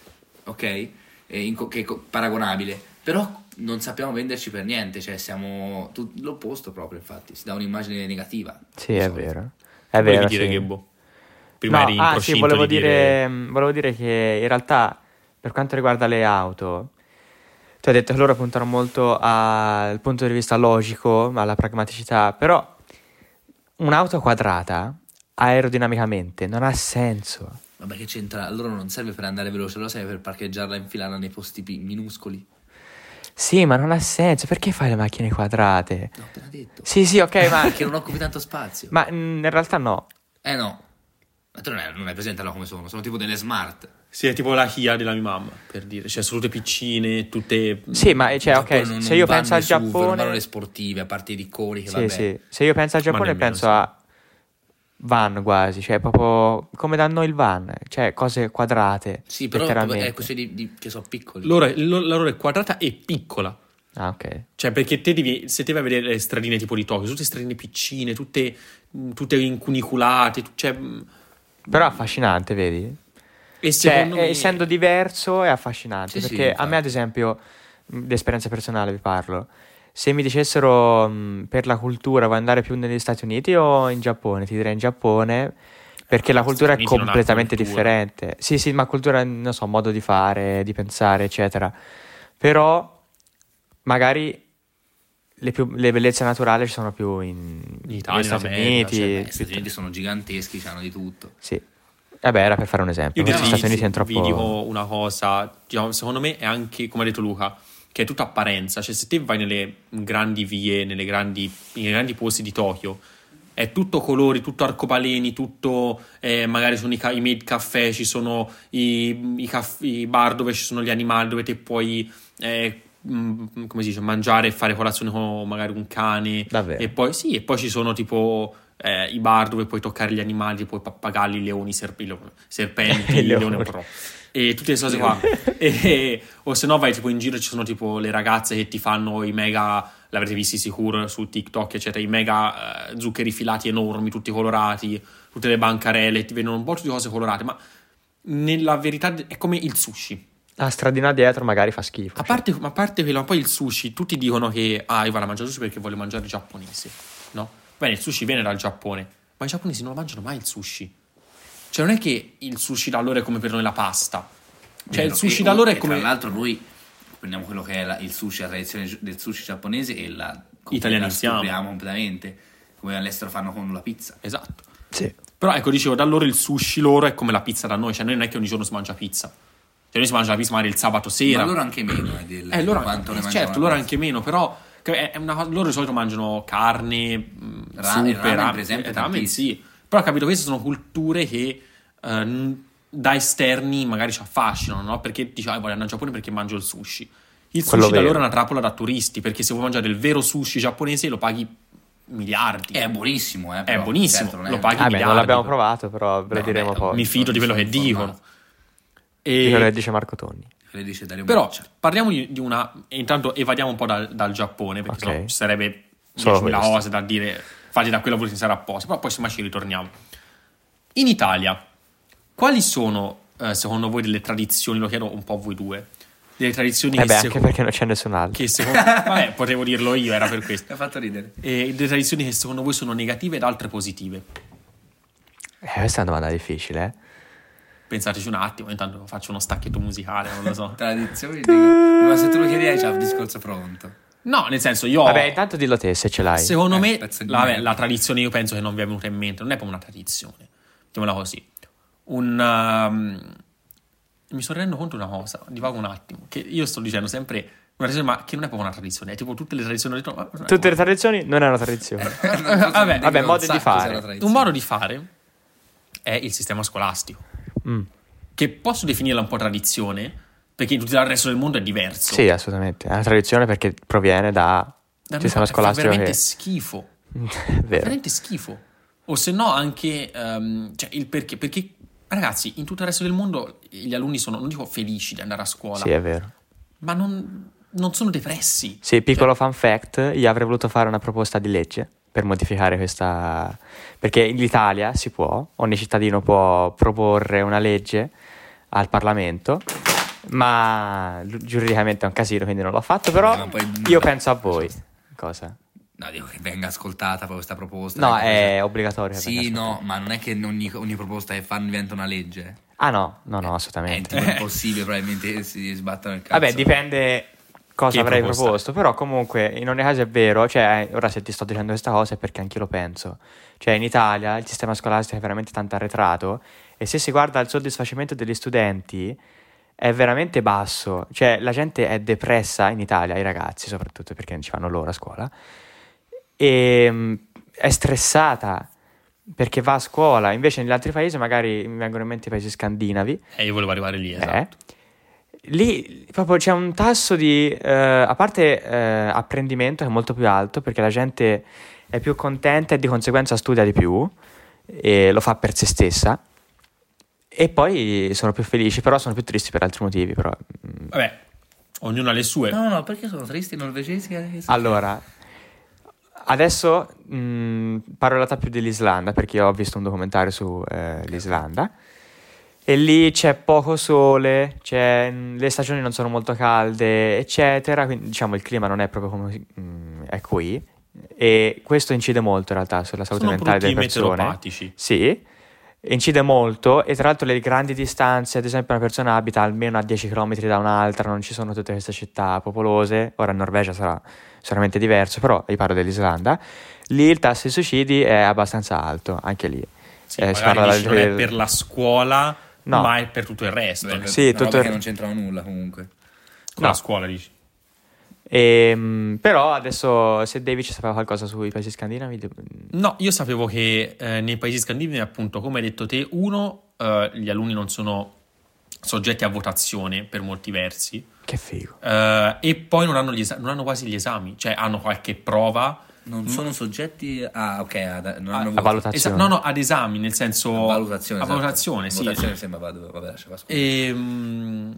ok? E in co- che co- paragonabile. Però non sappiamo venderci per niente, cioè siamo tu- l'opposto proprio, infatti, si dà un'immagine negativa. Sì, di è solito. vero. È Volevi vero, dire sì. che boh. Prima No, eri in ah, sì, procinto volevo di dire, mh, volevo dire che in realtà per quanto riguarda le auto, tu hai detto che loro puntano molto al punto di vista logico, alla pragmaticità, però un'auto quadrata aerodinamicamente non ha senso. Vabbè, che c'entra? Allora non serve per andare veloce, allora serve per parcheggiarla e infilarla nei posti pi- minuscoli. Sì, ma non ha senso. Perché fai le macchine quadrate? No, ho appena detto. Sì, sì, ok, ma, Perché non occupi tanto spazio. ma mh, in realtà no. Eh no. Ma tu non hai, non hai presente allora come sono? Sono tipo delle smart. Sì, è tipo la Kia della mia mamma, per dire. Cioè, sono tutte piccine, tutte... Sì, ma cioè, Il ok, Giappone non- se non io vanno penso al i S U V, non vanno Giappone, le sportive, a parte i ricconi che sì, vabbè. sì, se io penso al Ma Giappone nemmeno, penso sì. a van quasi, cioè proprio come da noi il van, cioè cose quadrate, Sì, però letteralmente. è questione di, di- che sono piccoli. Loro è- lo- la loro è quadrata e piccola. Ah, ok. Cioè, perché te devi, se te vai a vedere le stradine tipo di Tokyo, tutte stradine piccine, tutte, tutte incuniculate, tu- cioè, Però è affascinante, vedi? e Cioè, secondo me... essendo diverso è affascinante, Sì, sì, perché a infatti. me ad esempio, mh, di esperienza personale vi parlo, se mi dicessero mh, per la cultura vuoi andare più negli Stati Uniti o in Giappone, ti direi in Giappone, perché la Gli cultura è Stati Uniti non ha completamente cultura. differente. Sì, sì, ma cultura, non so, modo di fare, di pensare, eccetera. Però magari le, più- le bellezze naturali ci sono più in, In Italia, negli in Stati America, Uniti. Cioè, beh, gli più- Stati Uniti sono giganteschi, hanno di tutto. Sì. Vabbè, era per fare un esempio. Io Gli vi, Stati Uniti sono vi troppo... dico una cosa, diciamo, secondo me è anche, come ha detto Luca, che è tutta apparenza. Cioè, se te vai nelle grandi vie, nelle grandi, nei grandi posti di Tokyo, è tutto colori, tutto arcobaleni, tutto, eh, magari sono i, ca- i made caffè, ci sono i, i, caff- i bar dove ci sono gli animali, dove te puoi, eh, mh, come si dice, mangiare e fare colazione con magari un cane. Davvero? E poi, sì, e poi ci sono tipo... eh, i bar dove puoi toccare gli animali, puoi pappagalli, leoni, serp- i leoni- serpenti, I leoni leoni. un po' e tutte queste cose qua. E- o se no vai tipo in giro, ci sono tipo le ragazze che ti fanno i mega, l'avrete visti sicuro su TikTok eccetera, i mega eh, zuccheri filati enormi, tutti colorati, tutte le bancarelle, ti vendono un po' tutte cose colorate, ma nella verità è come il sushi. La stradina dietro magari fa schifo. A parte, a parte quello, ma poi il sushi, tutti dicono che ah, io vado a mangiare sushi perché voglio mangiare giapponese, no? Bene, il sushi viene dal Giappone, ma i giapponesi non lo mangiano mai il sushi. Cioè non è che il sushi da loro è come per noi la pasta. Cioè Vero. il sushi E- da loro e è come... Tra l'altro noi prendiamo quello che è la- il sushi, la tradizione gi- del sushi giapponese e la Italianizziamo. la stupriamo completamente, come all'estero fanno con la pizza. Esatto. Sì. Però ecco, dicevo, da loro il sushi loro è come la pizza da noi. Cioè noi non è che ogni giorno si mangia pizza. Cioè noi si mangia la pizza magari il sabato sera. Ma loro anche meno, eh, del, Eh, loro, quanto ne eh, mangiano certo, la loro pizza. anche meno, però che è una cosa- loro di solito mangiano carne, mh, Ra- il zuppe, ramen, ra- per esempio, eh, ramen, tantissimo. sì. Però ho capito, queste sono culture che eh, n- da esterni magari ci affascinano, no? Perché dici, ah, voglio andare in Giappone perché mangio il sushi. Il Quello sushi da vero. loro è una trappola da turisti, perché se vuoi mangiare il vero sushi giapponese lo paghi miliardi. È buonissimo, eh, È però, buonissimo, certo, non è- lo paghi Ah, beh, non miliardi. l'abbiamo provato, però ve lo Beh, diremo vabbè, poi. Mi fido di quello che sono dicono. informato. Di quello che E... dice Marco Tonni. Le dice Dario Però Boccia. parliamo di, di una... e intanto evadiamo un po' dal, dal Giappone, perché Ok. sennò ci sarebbe Solo diecimila questo. cose da dire, fatti da quella volete iniziare apposta, però poi insomma ci ritorniamo. In Italia, quali sono, eh, secondo voi, delle tradizioni, lo chiedo un po' a voi due, delle tradizioni Eh che, beh, anche seco- perché non c'è nessun altro. che secondo... Vabbè, potevo dirlo io, era per questo. Mi ha fatto ridere. E delle tradizioni che secondo voi sono negative ed altre positive. Eh, questa è una domanda difficile, eh. Pensateci un attimo, intanto faccio uno stacchetto musicale, non lo so. Tradizioni, dico- ma se tu lo chiedi hai già il discorso pronto. No, nel senso, io... Vabbè, intanto dillo te se ce l'hai. Secondo Eh, me, pezzo di la, vabbè, merda. la tradizione io penso che non vi è venuta in mente, non è proprio una tradizione, mettiamola così. Un... um, mi sto rendendo conto di una cosa, divago un attimo, che io sto dicendo sempre una tradizione, ma che non è proprio una tradizione, è tipo tutte le tradizioni... ho detto, ma- ma- Tutte le tradizioni non è una tradizione. Vabbè, vabbè, modi di fare. Un modo di fare è il sistema scolastico, Mm. che posso definirla un po' tradizione, perché in tutto il resto del mondo è diverso. Sì, assolutamente. È una tradizione perché proviene da Da sistema noi fa- fa scolastico veramente che... schifo. È vero. Veramente schifo. O se no anche ehm, cioè il perché perché ragazzi in tutto il resto del mondo gli alunni sono, non dico felici di andare a scuola, Sì, è vero. ma non, non sono depressi. Sì, piccolo fun fact, io avrei voluto fare una proposta di legge per modificare questa... Perché in Italia si può, ogni cittadino può proporre una legge al Parlamento, ma gi- giuridicamente è un casino, quindi non l'ho fatto, però Eh, ma poi- io penso a voi. Cosa? No, dico che venga ascoltata poi questa proposta. No, Che è obbligatorio. che Sì, venga no, ma non è che ogni, ogni proposta che fanno diventa una legge. Ah no, no, no, È assolutamente. tipo impossibile, probabilmente si sbattono il cazzo. Vabbè, dipende cosa Che avrei proposta? proposto, però comunque in ogni caso è vero, cioè ora se ti sto dicendo questa cosa è perché anch'io lo penso. Cioè in Italia il sistema scolastico è veramente tanto arretrato e se si guarda il soddisfacimento degli studenti è veramente basso, cioè la gente è depressa in Italia, i ragazzi soprattutto perché non ci fanno loro a scuola, e mm, è stressata perché va a scuola, invece negli altri paesi magari mi vengono in mente i paesi scandinavi, E io volevo arrivare lì, esatto. eh, lì proprio c'è un tasso di, eh, a parte eh, apprendimento che è molto più alto perché la gente è più contenta e di conseguenza studia di più e lo fa per se stessa e poi sono più felici, però sono più tristi per altri motivi. Però, mm, Vabbè, Ognuno ha le sue. No, no, perché sono tristi i norvegesi? Che... Allora, adesso mh, parlo in realtà più dell'Islanda, perché ho visto un documentario su eh, l'Islanda. E lì c'è poco sole, c'è, le stagioni non sono molto calde, eccetera. Quindi diciamo il clima non è proprio come mh, è qui. E questo incide molto in realtà sulla salute Sono mentale brutti delle persone. meteoropatici. Sì, incide molto. E tra l'altro le grandi distanze, ad esempio una persona abita almeno a dieci chilometri da un'altra, non ci sono tutte queste città popolose. Ora in Norvegia sarà sicuramente diverso, però io parlo dell'Islanda. Lì il tasso di suicidi è abbastanza alto, anche lì. Sì, Eh, si magari parla dici, del- non è per la scuola, No. ma è per tutto il resto. Beh, Con Sì, una tutto roba il- che non c'entrano nulla comunque. la no. scuola, dici. Ehm, però adesso se David ci sapeva qualcosa sui paesi scandinavi, de- No, io sapevo che eh, nei paesi scandinavi, appunto, come hai detto te, uno, eh, gli alunni non sono soggetti a votazione per molti versi, che figo. eh, e poi non hanno, gli esa- non hanno quasi gli esami, cioè hanno qualche prova. Non sono soggetti a... ok, a, non A- hanno a voti. valutazione. Esa- no, no, ad esami, nel senso... A valutazione. A esatto. valutazione, sì. Valutazione sembra, vado, vabbè, lascia qua, scusa. E, mm,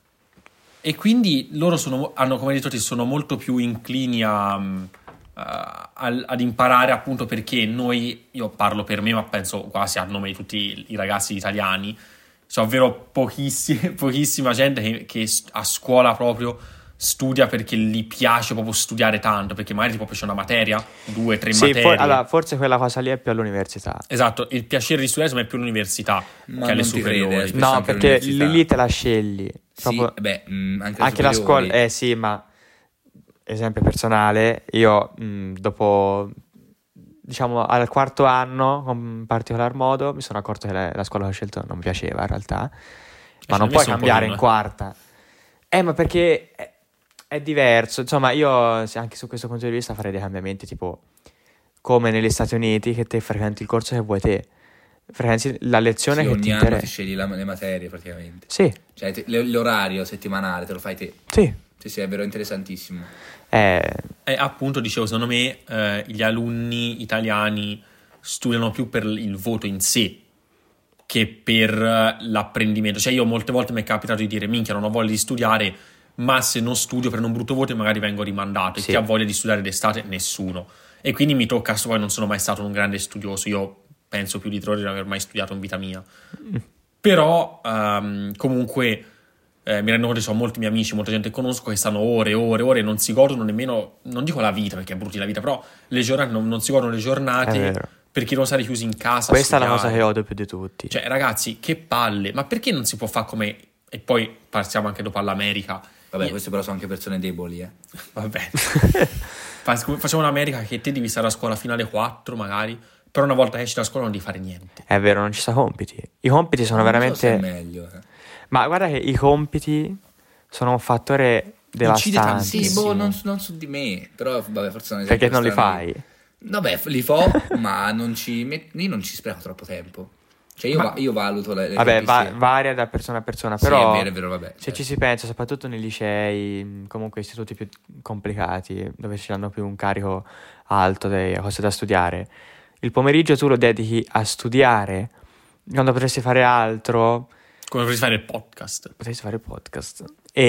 e quindi loro sono, hanno, come hai detto te, sono molto più inclini a, mm, a- al- ad imparare, appunto perché noi, io parlo per me, ma penso quasi a nome di tutti i, i ragazzi italiani, sono davvero pochissimi, pochissima gente che, che st- a scuola proprio studia perché gli piace proprio studiare tanto, perché magari tipo c'è una materia, due, tre Sì, materie. for- allora, forse quella cosa lì è più all'università. Esatto, il piacere di studiare secondo me è più all'università Ma che alle non ti superiori. crede, spesso No, anche perché all'università. lì, lì te la scegli. Sì, Proprio- beh, mh, anche, anche la scuola, superiori. eh sì, ma esempio personale, io mh, dopo, diciamo, al quarto anno, in particolar modo, mi sono accorto che la, la scuola che ho scelto non mi piaceva in realtà, ma non ci puoi hai messo un cambiare in pochino, eh. quarta. Eh, ma perché è, è diverso, insomma, io se anche su questo punto di vista farei dei cambiamenti, tipo come negli Stati Uniti, che te frequenti il corso che vuoi te, frequenti la lezione Sì, che ogni ti anno ti interessa. scegli la- le materie praticamente. Sì, Cioè te- le- l'orario settimanale te lo fai te. sì. Sì, sì, è vero, interessantissimo. Eh, E appunto, dicevo, secondo me eh, gli alunni italiani studiano più per il voto in sé che per eh, l'apprendimento. Cioè io molte volte mi è capitato di dire minchia, non ho voglia di studiare, ma se non studio prendo un brutto voto e magari vengo rimandato. Sì. E chi ha voglia di studiare d'estate? Nessuno. E quindi mi tocca, poi non sono mai stato un grande studioso, io penso più di tre ore di non aver mai studiato in vita mia. Però ehm, comunque eh, mi rendo conto che sono molti miei amici, molta gente che conosco che stanno ore e ore e ore e non si godono nemmeno, non dico la vita perché è brutti la vita, però le giornate non, non si godono le È giornate vero. perché devono stare chiusi in casa. a questa è la studiare. cosa che odio più di tutti. Cioè ragazzi, che palle, ma perché non si può fare come... E poi passiamo anche dopo all'America. Vabbè, Io- queste però sono anche persone deboli, eh. Vabbè. Fa- Facciamo un'America che te devi stare a scuola fino alle quattro magari, però una volta che esci da scuola non devi fare niente. È vero, non ci sono compiti. I compiti sono Non so se è veramente... meglio, eh. Ma guarda che i compiti sono un fattore devastante. tantissimo. Sì, boh, non, non su di me. Però, vabbè, forse non Perché non li fai? Vabbè, f- li fo, ma non ci, met- io non ci spreco troppo tempo. Cioè, io, Ma- va- io valuto le, le Vabbè, va- tempistiche. varia da persona a persona, Sì, però è vero, è vero, vabbè. se certo. ci si pensa, soprattutto nei licei, mh, comunque istituti più complicati, dove ci hanno più un carico alto delle cose da studiare, il pomeriggio tu lo dedichi a studiare, quando potresti fare altro, Come potresti fare il podcast. potresti fare podcast.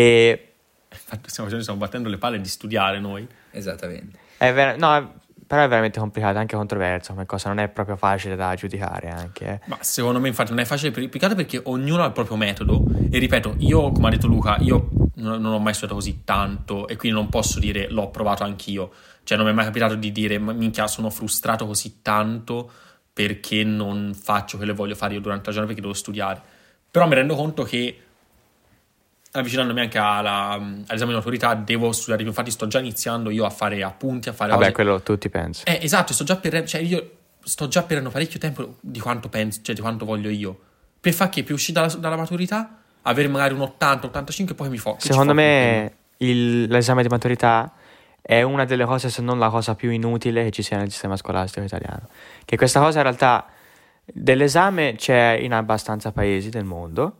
E Infatti stiamo, facendo- stiamo battendo le palle di studiare noi. Esattamente. è ver- no, è- però è veramente complicato, anche controverso come cosa, non è proprio facile da giudicare anche. eh. Ma secondo me infatti non è facile per- più che altro perché ognuno ha il proprio metodo e ripeto, io come ha detto Luca, io non, non ho mai studiato così tanto e quindi non posso dire l'ho provato anch'io, cioè non mi è mai capitato di dire "Ma minchia sono frustrato così tanto perché non faccio quello che voglio fare io durante la giornata perché devo studiare", però mi rendo conto che avvicinandomi anche alla, all'esame di maturità devo studiare più, infatti sto già iniziando io a fare appunti, a fare Vabbè, cose. quello tutti penso. Eh, esatto, sto già per, cioè io sto già perdendo parecchio tempo di quanto penso, cioè di quanto voglio io. Per far che? Per uscire dalla, dalla maturità, avere magari un ottanta ottantacinque e poi mi fo. che ci Secondo fo con me il- l'esame di maturità è una delle cose, se non la cosa più inutile che ci sia nel sistema scolastico italiano. Che questa cosa in realtà dell'esame c'è in abbastanza paesi del mondo,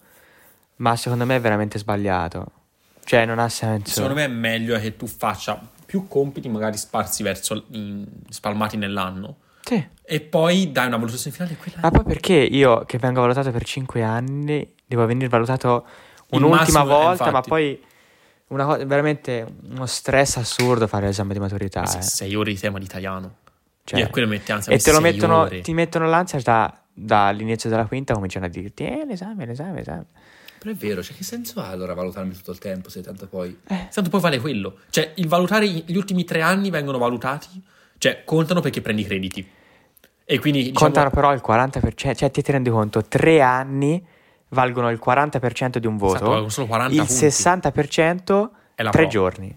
ma secondo me è veramente sbagliato. Cioè non ha quello. senso. Secondo me è meglio che tu faccia più compiti magari sparsi verso in- spalmati nell'anno Sì. e poi dai una valutazione finale e quella Ma poi perché io che vengo valutato per cinque anni devo venire valutato Il un'ultima massimo, eh, volta, ma infatti. poi una cosa, veramente uno stress assurdo fare l'esame di maturità. Se- eh. sei ore di tema di italiano. Cioè, Io a quello mette ansia, e te lo sei mettono, ore. ti mettono l'ansia da- dall'inizio della quinta, cominciano a dirti eh, l'esame, l'esame, l'esame. Però è vero, cioè che senso ha allora valutarmi tutto il tempo se tanto poi... Tanto poi vale quello. Cioè, il valutare gli ultimi tre anni vengono valutati, cioè contano perché prendi crediti. E quindi diciamo, Contano però il quaranta per cento, cioè ti, ti rendi conto, tre anni valgono il quaranta per cento di un voto, Esatto, valgono solo quaranta il punti. sessanta per cento È la tre prova. giorni.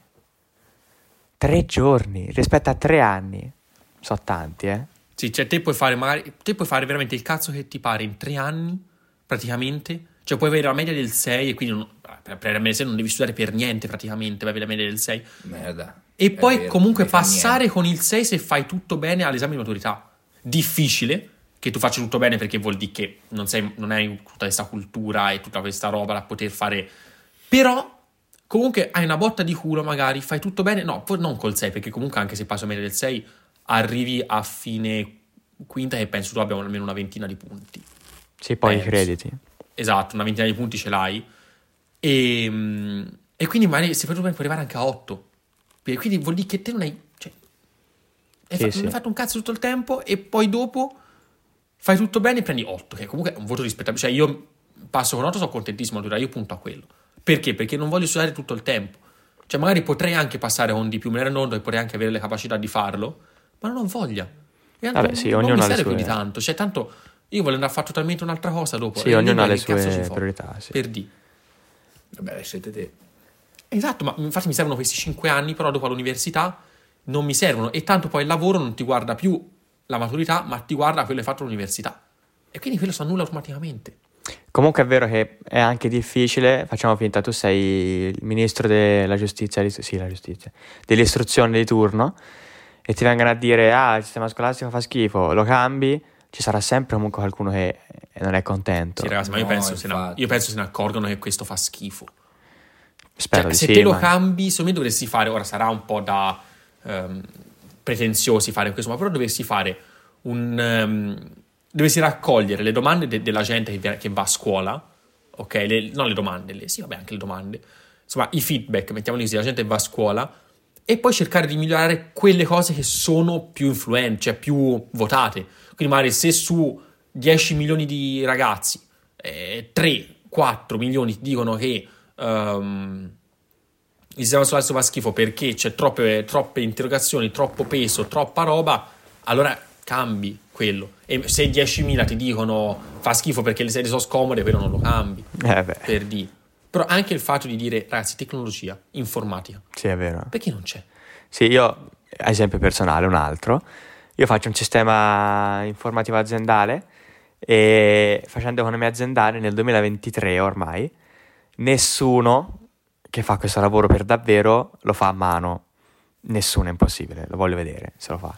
Tre giorni rispetto a tre anni. So tanti, eh. Sì, cioè te puoi fare magari te puoi fare veramente il cazzo che ti pare in tre anni, praticamente. Cioè puoi avere la media del sei e quindi non, per, per la media del sei non devi studiare per niente praticamente, vai avere la media del sei. Merda. E È poi vero, comunque non mi fa passare niente. con il sei se fai tutto bene all'esame di maturità. Difficile che tu faccia tutto bene perché vuol dire che non, sei, non hai tutta questa cultura e tutta questa roba da poter fare. Però comunque hai una botta di culo, magari fai tutto bene. No, poi non col sei, perché comunque anche se passi a media del sei arrivi a fine quinta e penso tu abbia almeno una ventina di punti. Sì, poi i Penso. crediti. Esatto, una ventina di punti ce l'hai. E, mm, e quindi magari se fai tutto bene puoi arrivare anche a otto. E quindi vuol dire che te non hai... Cioè, hai, Sì, fa- sì. non hai fatto un cazzo tutto il tempo e poi dopo fai tutto bene e prendi otto, che comunque è un voto rispettabile. Cioè io passo con otto, sono contentissimo, allora io punto a quello. Perché? Perché non voglio studiare tutto il tempo. Cioè magari potrei anche passare con di più, me ne rendo conto e potrei anche avere le capacità di farlo, ma non ho voglia. E Vabbè, non, sì, non ognuno mi ha le serve più sue- di tanto. Cioè tanto io voglio andare a fare totalmente un'altra cosa dopo. Sì, E ognuno lì ha le che cazzo sue ci fa? priorità, sì. Per di. Vabbè, le scelte te. Esatto, ma infatti mi servono questi cinque anni, però dopo all'università non mi servono. E tanto poi il lavoro non ti guarda più la maturità, ma ti guarda quello che hai fatto all'università. E quindi quello si annulla automaticamente. Comunque è vero che è anche difficile, facciamo finta, tu sei il ministro della giustizia, sì, la giustizia, dell'istruzione di turno, e ti vengono a dire, ah, il sistema scolastico fa schifo, lo cambi, ci sarà sempre comunque qualcuno che non è contento. Sì, ragazzi, ma io No, penso, se ne, infatti. io penso se ne accorgono che questo fa schifo. Spero Cioè, di se sì, te lo ma- cambi, secondo me dovresti fare, ora sarà un po' da ehm, pretenziosi fare questo, ma però dovresti fare un... ehm, dovresti raccogliere le domande de- della gente che, viene- che va a scuola, ok? Le- non le domande, le, sì, vabbè, anche le domande. Insomma, i feedback, mettiamoli così, la gente va a scuola e poi cercare di migliorare quelle cose che sono più influenti, cioè più votate. Quindi magari se su dieci milioni di ragazzi, eh, tre quattro milioni dicono che ehm, il sistema scolastico fa schifo perché c'è troppe, troppe interrogazioni, troppo peso, troppa roba, allora cambi quello. E se diecimila ti dicono fa schifo perché le sedie sono scomode, quello non lo cambi, Eh beh, per dire. Però anche il fatto di dire, ragazzi, tecnologia, informatica, sì, è vero. perché non c'è? Sì, io, esempio personale, un altro, io faccio un sistema informativo aziendale e facendo economia aziendale nel duemilaventitré ormai, nessuno che fa questo lavoro per davvero lo fa a mano, nessuno, è impossibile, lo voglio vedere se lo fa.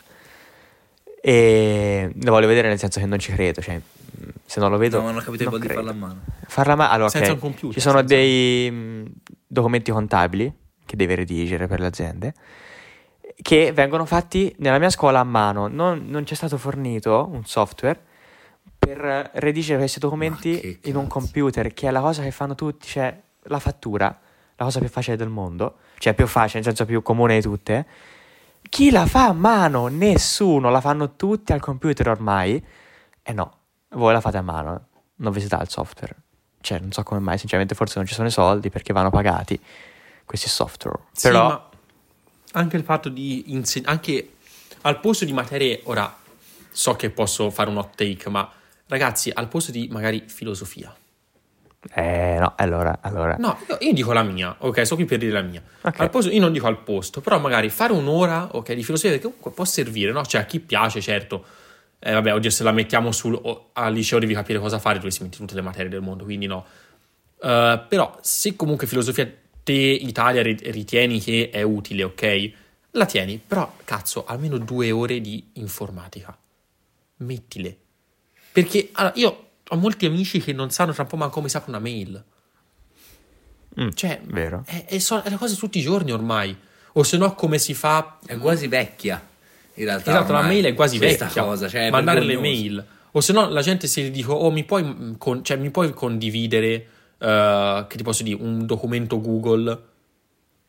E lo voglio vedere nel senso che non ci credo, cioè se non lo vedo... No, non ho capito il non modo di credo. farla a mano. Farla a mano, allora, Senza ok, un computer, ci sono senza- dei mh, documenti contabili che devi redigere per le aziende che vengono fatti nella mia scuola a mano. Non, non c'è stato fornito un software per redigere questi Ma documenti che in un cazzo. computer, che è la cosa che fanno tutti, cioè la fattura, la cosa più facile del mondo, cioè più facile, nel senso più comune di tutte. Chi la fa a mano? Nessuno, la fanno tutti al computer ormai. E no, voi la fate a mano, non vi si dà il software. Cioè, non so come mai, sinceramente forse non ci sono i soldi perché vanno pagati questi software. Sì, Però ma anche il fatto di insegnare, anche al posto di materie, ora so che posso fare un hot take, ma ragazzi, al posto di magari filosofia. Eh no, allora, allora. No, io, io dico la mia, ok, sto qui per dire la mia. Ok. Al posto, io non dico al posto, però magari fare un'ora, ok, di filosofia, perché comunque può servire, no? Cioè a chi piace, certo. Eh, vabbè, oddio, se la mettiamo sul, o- al liceo devi capire cosa fare, dovresti mettere tutte le materie del mondo, quindi no. Eh, però se comunque filosofia te, Italia, ri- ritieni che è utile, ok, la tieni, però cazzo, almeno due ore di informatica. Mettile. Perché allora, io ho molti amici che non sanno tra un po' manco come si apre una mail. Mm, Cioè, vero. È, è, so- è una cosa tutti i giorni ormai. O se no, come si fa? È quasi vecchia, in realtà. Esatto, la ormai, mail è quasi questa vecchia. cosa, cioè, è mandare le vergognoso. mail. O se no, la gente si dice: oh, mi puoi, mm, con- cioè, mi puoi condividere, eh, che ti posso dire, un documento Google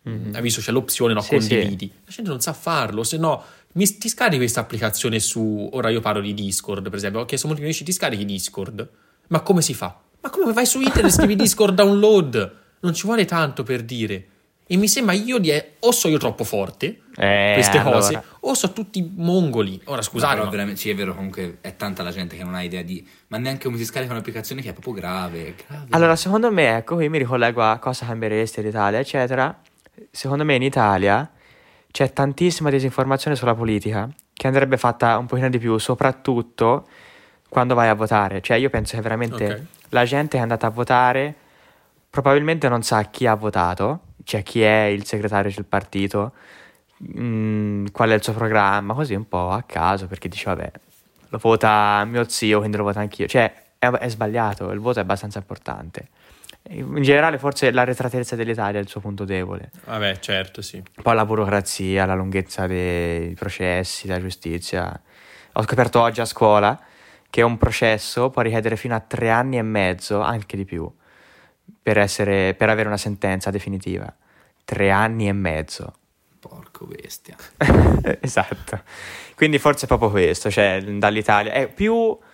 Mhm. Hai visto c'è l'opzione, no, Sì, sì. condividi. La gente non sa farlo, se no mi, ti scarichi questa applicazione su, ora io parlo di Discord per esempio, ho chiesto a molti miei amici, ti scarichi Discord? Ma come si fa? Ma come vai su internet e scrivi Discord download? Non ci vuole tanto per dire. E mi sembra io di o so io troppo forte Eh, queste allora. cose, o so tutti mongoli. Ora scusate, Però ma- veramente, sì, è vero, comunque è tanta la gente che non ha idea di... Ma neanche come si scarica un'applicazione che è proprio grave, è grave. Allora, secondo me, ecco, qui mi ricollego a cosa cambieresti all'Italia, eccetera. Secondo me in Italia c'è tantissima disinformazione sulla politica che andrebbe fatta un pochino di più, soprattutto quando vai a votare. Cioè, io penso che veramente Ok. la gente che è andata a votare probabilmente non sa chi ha votato, cioè chi è il segretario del partito, mm, qual è il suo programma, così un po' a caso, perché dice, vabbè, lo vota mio zio, quindi lo voto anch'io. Cioè, è, è sbagliato, il voto è abbastanza importante. In generale, forse l'arretratezza dell'Italia è il suo punto debole. Vabbè, certo, sì. Poi la burocrazia, la lunghezza dei processi, la giustizia. Ho scoperto oggi a scuola che un processo può richiedere fino a tre anni e mezzo, anche di più, per essere, per avere una sentenza definitiva. Tre anni e mezzo. Porco bestia. Esatto. Quindi forse è proprio questo, cioè dall'Italia. È più...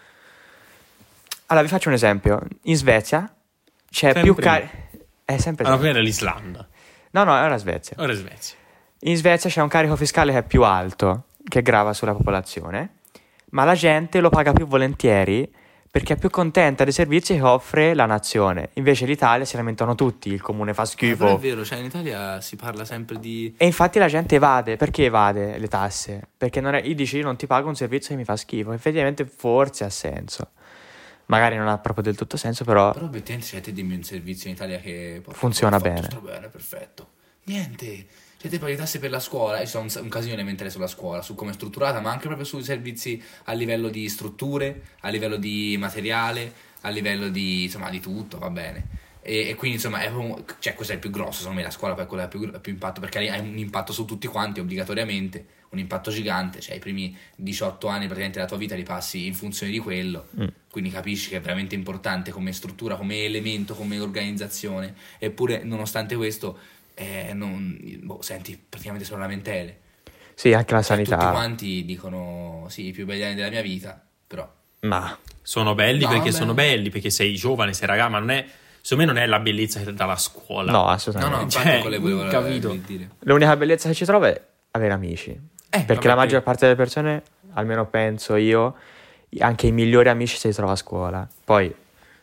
Allora, vi faccio un esempio. In Svezia c'è Sempre più lì. cari... È sempre Alla Svezia. fine era l'Islanda, No, no, è una Svezia. ora è Svezia. In Svezia c'è un carico fiscale che è più alto, che grava sulla popolazione, ma la gente lo paga più volentieri perché è più contenta dei servizi che offre la nazione. Invece l'Italia si lamentano tutti, il comune fa Ma però è schifo. vero, cioè in Italia si parla sempre di... E infatti la gente evade. Perché evade le tasse? Perché non è, io dici io non ti pago un servizio che mi fa schifo. Effettivamente forse ha senso. Magari non ha proprio del tutto senso, però... Però obiettivamente cioè, te dimmi un servizio in Italia che... porca, Funziona fatto, bene. Sta bene, perfetto. Niente. Cioè te paghi tasse per la scuola, e ci sono un, un casino elementare sulla scuola, su come è strutturata, ma anche proprio sui servizi a livello di strutture, a livello di materiale, a livello di, insomma, di tutto, va bene. E, e quindi insomma, è proprio- cioè questo è il più grosso, secondo me la scuola poi è quella che ha più, più impatto, perché hai un impatto su tutti quanti obbligatoriamente, un impatto gigante, cioè i primi diciotto anni praticamente della tua vita li passi in funzione di quello, Mm. quindi capisci che è veramente importante come struttura, come elemento, come organizzazione, eppure nonostante questo, eh, non, boh, senti praticamente solo lamentele. Sì, anche la Cioè, tutti sanità. quanti dicono sì, i più belli anni della mia vita, però Ma... Sono belli No, perché beh. sono belli, perché sei giovane, sei ragazzo, ma non è... Secondo me non è la bellezza che ti dà la scuola. No, no, assolutamente. no, infatti Cioè, quello volevo capito. volevo dire. L'unica bellezza che ci trovo è avere amici. Perché vabbè, la maggior sì. parte delle persone, almeno penso io, anche i migliori amici si trova a scuola. Poi,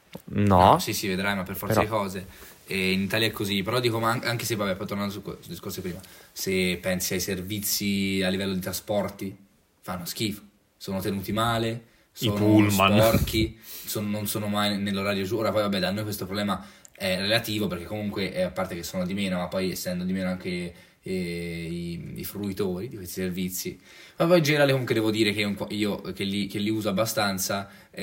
no. No, sì, sì, vedrai, ma per forza Però- di cose. E in Italia è così, però dico, ma an- anche se, vabbè, poi tornando su questo discorso prima, se pensi ai servizi a livello di trasporti, fanno schifo, sono tenuti male, I sono pullman. sporchi, sono- non sono mai nell'orario giusto. Ora poi, vabbè, da noi questo problema è relativo, perché comunque, eh, a parte che sono di meno, ma poi essendo di meno anche eh, i, i fruitori di questi servizi. Ma poi in generale comunque devo dire che io, io che, li, che li uso abbastanza,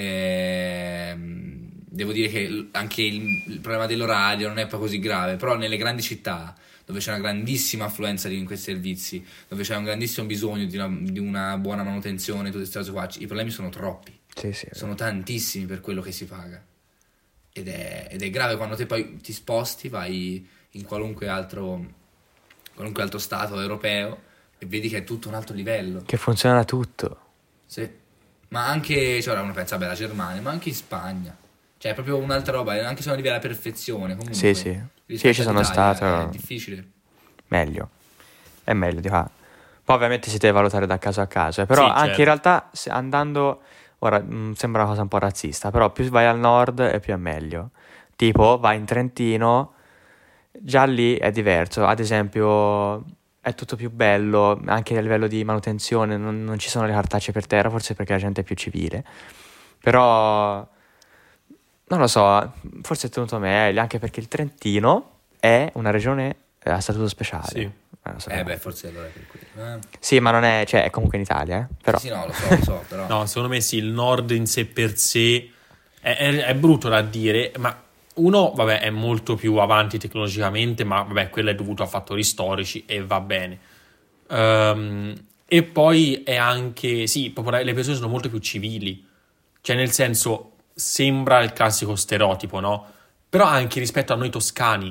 ehm, devo dire che l- anche il, il problema dell'orario non è poi così grave, però nelle grandi città dove c'è una grandissima affluenza di in questi servizi, dove c'è un grandissimo bisogno di una, di una buona manutenzione, tutte queste cose qua, i problemi sono troppi, Sì, sì. sono tantissimi per quello che si paga. Ed è, ed è grave quando te poi ti sposti, vai in qualunque altro, qualunque altro stato europeo e vedi che è tutto un altro livello. Che funziona tutto. Sì. Ma anche, cioè ora uno pensa, vabbè, la Germania, ma anche in Spagna. Cioè è proprio un'altra roba, anche se non arrivi alla perfezione, comunque. Sì, sì. rispetto Sì, ci sono all'Italia stato. È difficile. Meglio. È meglio di qua. Poi ovviamente si deve valutare da caso a caso. eh, Però Sì, anche certo. in realtà se- andando... Ora, mh, sembra una cosa un po' razzista, però più vai al nord e più è meglio. Tipo, vai in Trentino, già lì è diverso. Ad esempio, è tutto più bello, anche a livello di manutenzione, non, non ci sono le cartacce per terra, forse perché la gente è più civile. Però, non lo so, forse è tenuto meglio, anche perché il Trentino è una regione eh, a statuto speciale. Sì. Eh, lo so. Eh beh, forse allora è per quello. Eh. Sì, ma non è, cioè, è comunque in Italia, eh, però. Sì, sì, no, lo so, lo so, però. No, secondo me sì, il nord in sé per sé è, è- è brutto da dire, ma uno, vabbè, è molto più avanti tecnologicamente, ma vabbè, quello è dovuto a fattori storici e va bene. Ehm, e poi è anche, sì, proprio le persone sono molto più civili, cioè nel senso, sembra il classico stereotipo, no? Però anche rispetto a noi toscani,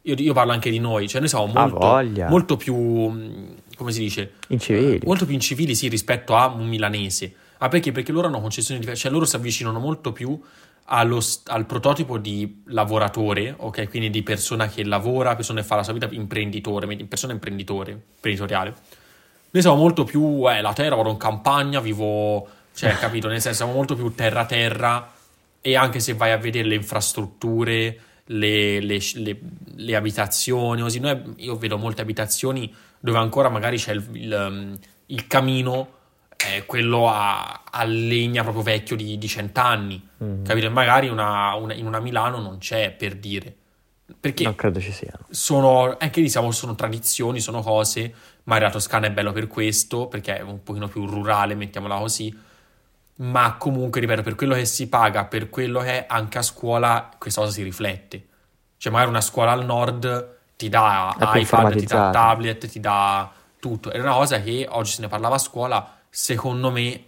io, io parlo anche di noi, cioè noi siamo Ha molto, voglia. molto più, mh, come si dice? Incivili. Molto più incivili, sì, rispetto a un milanese. Ah, perché? Perché loro hanno concezioni diverse, cioè loro si avvicinano molto più allo st- al prototipo di lavoratore, ok? Quindi di persona che lavora, persona che fa la sua vita imprenditore, quindi persona imprenditore, imprenditoriale. Noi siamo molto più, eh, la terra, vado in campagna, vivo, cioè, capito? Nel senso, siamo molto più terra-terra, e anche se vai a vedere le infrastrutture, le, le- le- le abitazioni, così, noi- io vedo molte abitazioni dove ancora magari c'è il, il, um, il camino, eh, quello a, a legna proprio vecchio di, di cent'anni, Mhm. capito? E magari una- una- in una Milano non c'è, per dire. Perché Non credo ci siano. sono, anche lì siamo- sono tradizioni, sono cose, ma la Toscana è bello per questo, perché è un pochino più rurale, mettiamola così, ma comunque, ripeto, per quello che si paga, per quello che è, anche a scuola questa cosa si riflette. Cioè magari una scuola al nord ti dà È più iPad, ti dà informatizzata. tablet, ti dà tutto. È una cosa che oggi se ne parlava a scuola, secondo me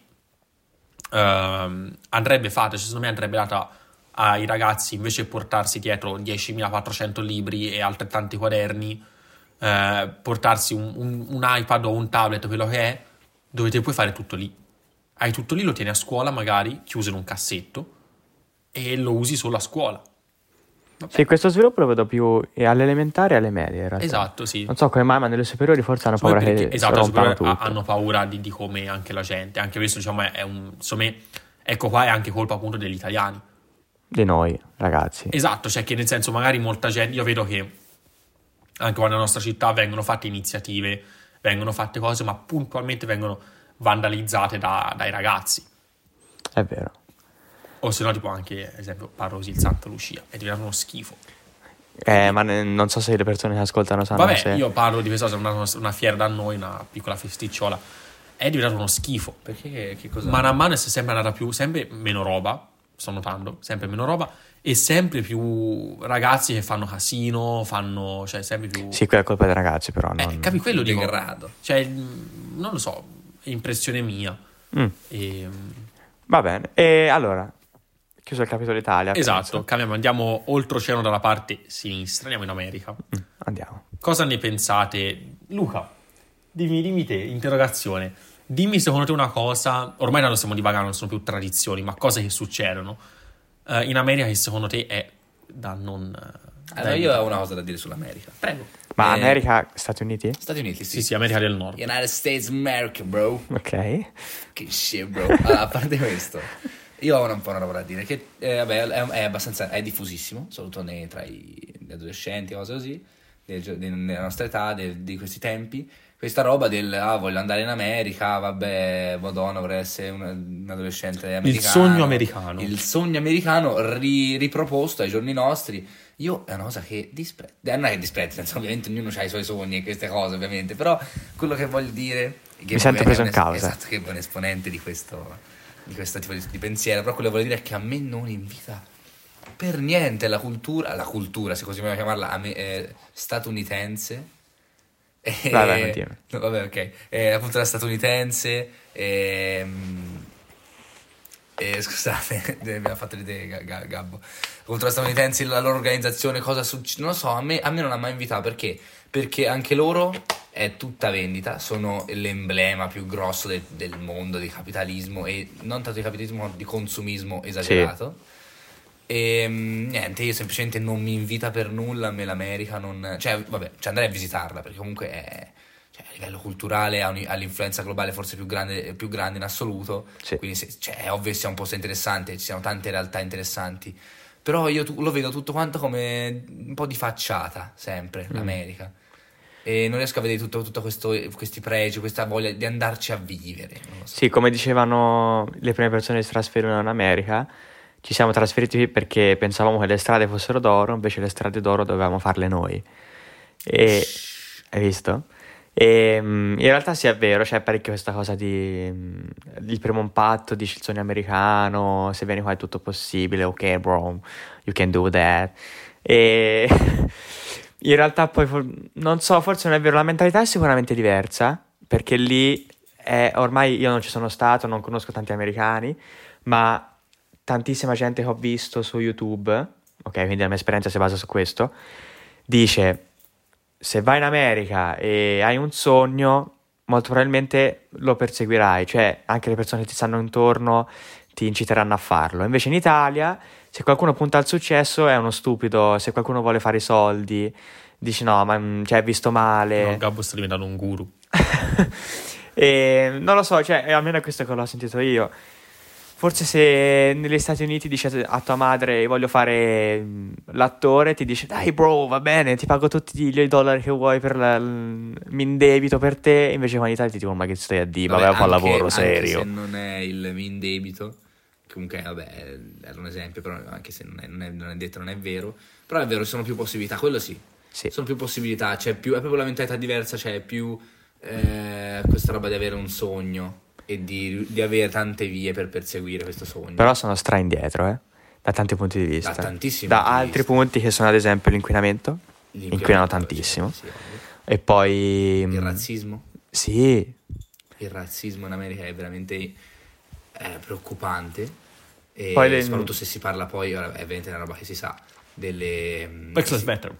ehm, andrebbe fatta, cioè, secondo me andrebbe data ai ragazzi, invece di portarsi dietro diecimilaquattrocento libri e altrettanti quaderni, eh, portarsi un, un- un iPad o un tablet, quello che è, dove te puoi fare tutto lì. Hai tutto lì, lo tieni a scuola magari, chiuso in un cassetto, e lo usi solo a scuola. Sì, questo sviluppo lo vedo più alle elementari e alle medie, in realtà. Esatto, sì. Non so come mai, ma nelle superiori forse hanno Poi paura perché- che esatto, rompano secondo me tutto. ha- hanno paura di, di come anche la gente, anche questo diciamo è, è un, insomma, ecco qua è anche colpa appunto degli italiani. Di noi, ragazzi. Esatto, cioè che nel senso magari molta gente, io vedo che anche qua nella nostra città vengono fatte iniziative, vengono fatte cose, ma puntualmente vengono vandalizzate da- dai ragazzi. È vero. O se no tipo anche, ad esempio, parlo così, il Santa Lucia, è diventato uno schifo. Eh, ma ne- non so se le persone che ascoltano sanno Vabbè, se... io parlo di questa cosa, una, una fiera da noi, una piccola festicciola, è diventato uno schifo. Perché che, che cosa? Mano a mano è sempre andata più, sempre meno roba, sto notando, sempre meno roba, e sempre più ragazzi che fanno casino, fanno, cioè sempre più... Sì, quella è colpa dei ragazzi, però. Eh, non... capi quello dico, degrado. cioè, mh, non lo so, è impressione mia. Mm, E, mh, va bene. E allora, chiuso il capitolo Italia. esatto, penso. cambiamo, andiamo oltreoceano dalla parte sinistra, andiamo in America. Mm, andiamo. Cosa ne pensate? Luca, dimmi, dimmi te, interrogazione. Dimmi secondo te una cosa, ormai non stiamo divagando, non sono più tradizioni, ma cose che succedono eh, in America che secondo te è da non... da Allora, io evitare. ho una cosa da dire sull'America. Prego. Ma Eh, America, Stati Uniti? Stati Uniti, sì. Sì, sì, America del Nord. United States America, bro. Ok. Che shit, bro. Allora, a parte questo, io ho una, un po' una roba da dire. Che eh, vabbè, è, è abbastanza. È diffusissimo, soprattutto nei, tra i, gli adolescenti, cose così, del gio- de- nella nostra età, del- di questi tempi. Questa roba del ah, voglio andare in America, vabbè, Madonna, vorrei essere un, un adolescente americano. Il sogno americano. Il sogno americano ri- riproposto ai giorni nostri. Io è una cosa che disprezzo. Non è che disprezzo, nel senso, ovviamente ognuno ha i suoi sogni e queste cose, ovviamente. Però quello che voglio dire è che Mi sento è preso un in es- causa. Esatto, che è un esponente di questo, di questo tipo di, di pensiero. Però quello che voglio dire è che a me non invita per niente la cultura, la cultura, se così vogliamo chiamarla, a me, eh, statunitense. E- Vai, vai, continua. no, vabbè, ok. Eh, la cultura statunitense. ehm, eh, scusate, mi ha fatto l'idea Ga- Ga- Gabbo. La cultura statunitense, la loro organizzazione, cosa succede? Non lo so, a me, a me non ha mai invitato perché? Perché anche loro è tutta vendita, sono l'emblema più grosso del, del mondo di capitalismo e non tanto di capitalismo, ma di consumismo esagerato. E mm, niente, io semplicemente non mi invita per nulla a me l'America, non, cioè vabbè, ci andrei a visitarla perché comunque è, cioè, a livello culturale ha, un- ha l'influenza globale forse più grande, più grande in assoluto, Sì. quindi se- cioè, è ovvio che sia un posto interessante, ci siano tante realtà interessanti, però io tu- lo vedo tutto quanto come un po' di facciata sempre, l'America. E non riesco a vedere tutto, tutto questo, questi pregi, questa voglia di andarci a vivere. Non lo so. Sì, come dicevano le prime persone che si trasferirono in America, ci siamo trasferiti qui perché pensavamo che le strade fossero d'oro, invece le strade d'oro dovevamo farle noi. E hai visto? E mm, in realtà sì, è vero, c'è parecchio questa cosa di mm, il primo impatto, dici il sogno americano, se vieni qua è tutto possibile, ok bro, you can do that. E in realtà poi for- non so, forse non è vero, la mentalità è sicuramente diversa, perché lì è, ormai io non ci sono stato, non conosco tanti americani, ma tantissima gente che ho visto su YouTube, ok, quindi la mia esperienza si basa su questo, dice: se vai in America e hai un sogno, molto probabilmente lo perseguirai, cioè anche le persone che ti stanno intorno ti inciteranno a farlo. Invece in Italia, se qualcuno punta al successo è uno stupido, se qualcuno vuole fare i soldi, dici no, ma mm, cioè, hai visto male. No, Gabbo sta diventando un guru. E non lo so, cioè, almeno è questo che l'ho sentito io. Forse se negli Stati Uniti dici a tua madre voglio fare mm, l'attore, ti dice dai bro, va bene, ti pago tutti i dollari che vuoi, per la, l- mi indebito per te. Invece qua in Italia ti dicono ma che stai a dire, Vabbè, vabbè, fa un anche- lavoro anche serio. se non è il mi indebito, comunque vabbè, era un esempio, però anche se non è, non è- non è detto, non è vero, però è vero, ci sono più possibilità, quello sì, Sì. sono più possibilità, c'è più, è proprio la mentalità diversa, c'è più eh, questa roba di avere un sogno e di, di avere tante vie per perseguire questo sogno. Però sono stra indietro, eh, da tanti punti di vista. Da tantissimi Da punti di altri vista. punti che sono ad esempio l'inquinamento, L'inquinamento, inquinano tantissimo. sì, sì, ovvio. E poi... Il mm, razzismo, Sì, il razzismo in America è veramente eh, preoccupante, e Poi le- soprattutto se si parla poi, ora, è ovviamente una roba che si sa, delle... mm, Black Lives sì, Matter.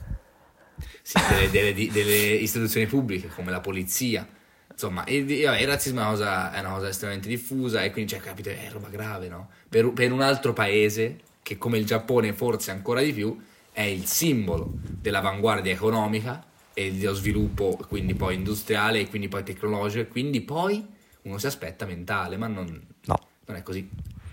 sì, delle, delle- di- delle istituzioni pubbliche come la polizia, insomma, e, e, vabbè, il razzismo è una, cosa, è una cosa estremamente diffusa, e quindi cioè, capite, è roba grave, no? Per, per un altro paese che come il Giappone forse ancora di più è il simbolo dell'avanguardia economica e dello sviluppo, quindi poi industriale e quindi poi tecnologico, e quindi poi uno si aspetta mentale, ma non, no. non è così,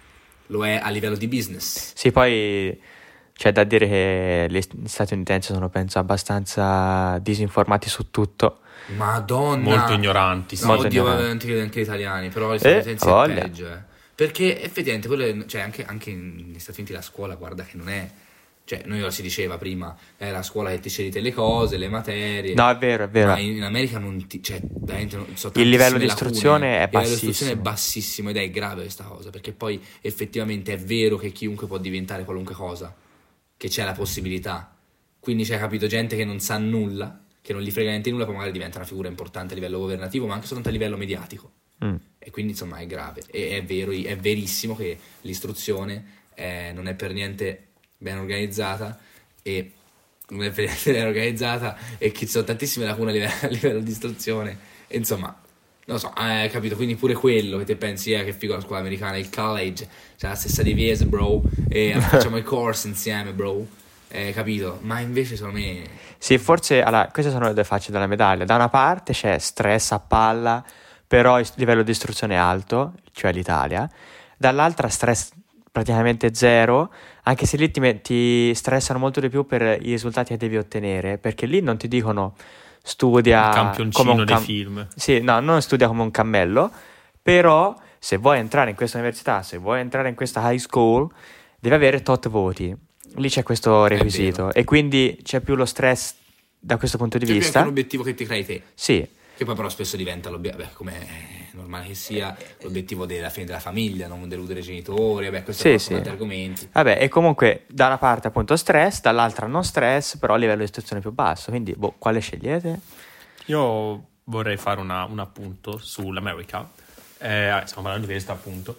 lo è a livello di business. Sì, poi c'è da dire che gli statunitensi sono, penso, abbastanza disinformati su tutto. Madonna, Molto ignoranti, sì. No, Molto oddio, ignoranti. non ti credo anche gli italiani, però gli Eh, statunitensi ha è voglia. peggio, eh. Perché effettivamente quello è- cioè anche, anche negli Stati Uniti la scuola, guarda che non è, cioè noi lo si diceva prima, è la scuola che ti sceglie le cose, le materie. No, è vero, è vero. Ma in, in America non ti, cioè, veramente non- so Il livello tantissime di lacune. istruzione è Il livello di istruzione è bassissimo. bassissimo, ed è grave questa cosa, perché poi effettivamente è vero che chiunque può diventare qualunque cosa, che c'è la possibilità. Quindi c'è, capito, gente che non sa nulla, che non gli frega niente di nulla, poi magari diventa una figura importante a livello governativo, ma anche soltanto a livello mediatico. Mm. E quindi insomma è grave. E è vero, è verissimo che l'istruzione eh, non è per niente ben organizzata, e non è per niente ben organizzata, e che ci sono tantissime lacune a livello, a livello di istruzione. E insomma, non lo so, hai capito? Quindi pure quello che te pensi, eh, che figo la scuola americana, il college, c'è la stessa divisa, bro, e facciamo i corsi insieme, bro. Eh, capito? Ma invece secondo me Sì, forse, allora, queste sono le due facce della medaglia. Da una parte c'è stress a palla, però il livello di istruzione è alto, cioè l'Italia. Dall'altra stress praticamente zero, anche se lì ti, met- ti stressano molto di più per i risultati che devi ottenere, perché lì non ti dicono studia Il come campioncino un dei cam- film. Sì, no, non studia come un cammello, però se vuoi entrare in questa università, se vuoi entrare in questa high school, devi avere tot voti. Lì c'è questo requisito vero. e quindi c'è più lo stress da questo punto di c'è più anche vista. un obiettivo che ti crei te, Sì, che poi però spesso diventa l'obiettivo, come è normale che sia, l'obiettivo della fine della famiglia, non deludere i genitori, vabbè, questi Sì, sono sì. tanti argomenti. vabbè, e comunque da una parte appunto stress, dall'altra non stress, però a livello di istruzione più basso. Quindi, boh, quale scegliete? Io vorrei fare una- un appunto sull'America, eh, stiamo parlando di questo appunto,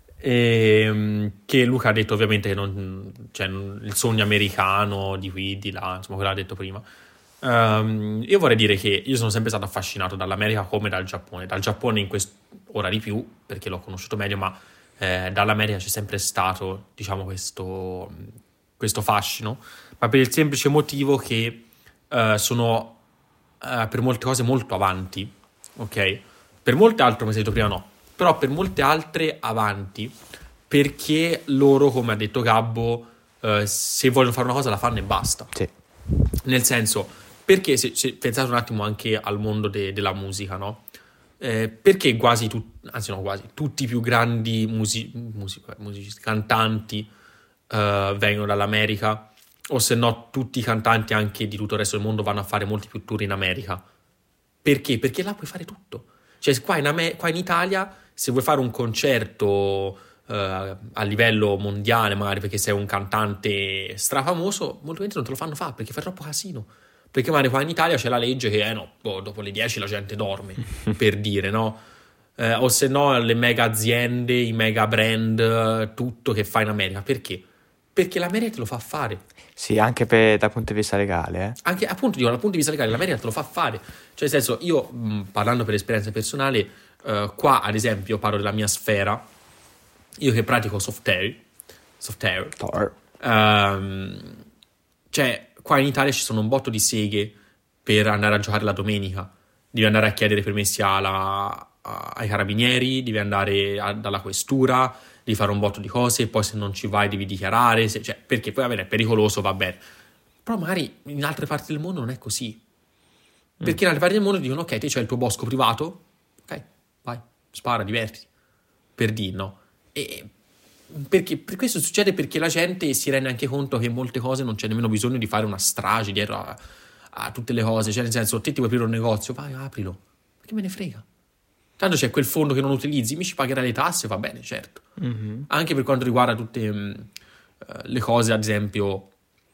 e, che Luca ha detto ovviamente che non, cioè, non- il sogno americano di qui, di là, insomma quello l'ha detto prima. Ehm, io vorrei dire che io sono sempre stato affascinato dall'America come dal Giappone, dal Giappone in quest- ora di più perché l'ho conosciuto meglio, ma eh, dall'America c'è sempre stato, diciamo, questo, questo fascino, ma per il semplice motivo che eh, sono eh, per molte cose molto avanti, ok? Per molte altre, come si è detto prima, no, però per molte altre avanti, perché loro, come ha detto Gabbo, eh, se vogliono fare una cosa la fanno e basta. Sì. Nel senso, perché se, se pensate un attimo anche al mondo de- della musica, no? Eh, perché quasi tutti, anzi no quasi, tutti i più grandi musi- music- musici- cantanti eh, vengono dall'America, o se no tutti i cantanti anche di tutto il resto del mondo vanno a fare molti più tour in America? Perché? Perché là puoi fare tutto. Cioè qua in, Amer- qua in Italia, se vuoi fare un concerto eh, a livello mondiale, magari perché sei un cantante strafamoso, molto probabilmente non te lo fanno fare perché fa troppo casino. Perché magari qua in Italia c'è la legge che eh no, boh, dopo le dieci la gente dorme, per dire, no? Eh, o se no le mega aziende, i mega brand, eh, tutto che fa in America. Perché? Perché l'America te lo fa fare. Sì, anche per, dal punto di vista legale, eh. Anche appunto dico, dal punto di vista legale l'America te lo fa fare. Cioè nel senso, io mh, parlando per esperienza personale, uh, qua ad esempio parlo della mia sfera, io che pratico software, software Tor. um, cioè qua in Italia ci sono un botto di seghe per andare a giocare la domenica. Devi andare a chiedere permessi alla, a, ai carabinieri, devi andare a, dalla questura, devi fare un botto di cose, poi se non ci vai devi dichiarare, se, cioè, perché poi vabbè, è pericoloso, va bene. Però magari in altre parti del mondo non è così. Perché in altre parti del mondo dicono, ok, te c'hai il tuo bosco privato, ok, vai, spara, divertiti. Per dire, no? E perché, per questo succede perché la gente si rende anche conto che in molte cose non c'è nemmeno bisogno di fare una strage dietro a, a tutte le cose. Cioè nel senso, te ti vuoi aprire un negozio, vai, aprilo. Che me ne frega? Tanto c'è quel fondo che non utilizzi, mi ci pagherai le tasse, va bene, certo. Mm-hmm. Anche per quanto riguarda tutte mh, le cose, ad esempio,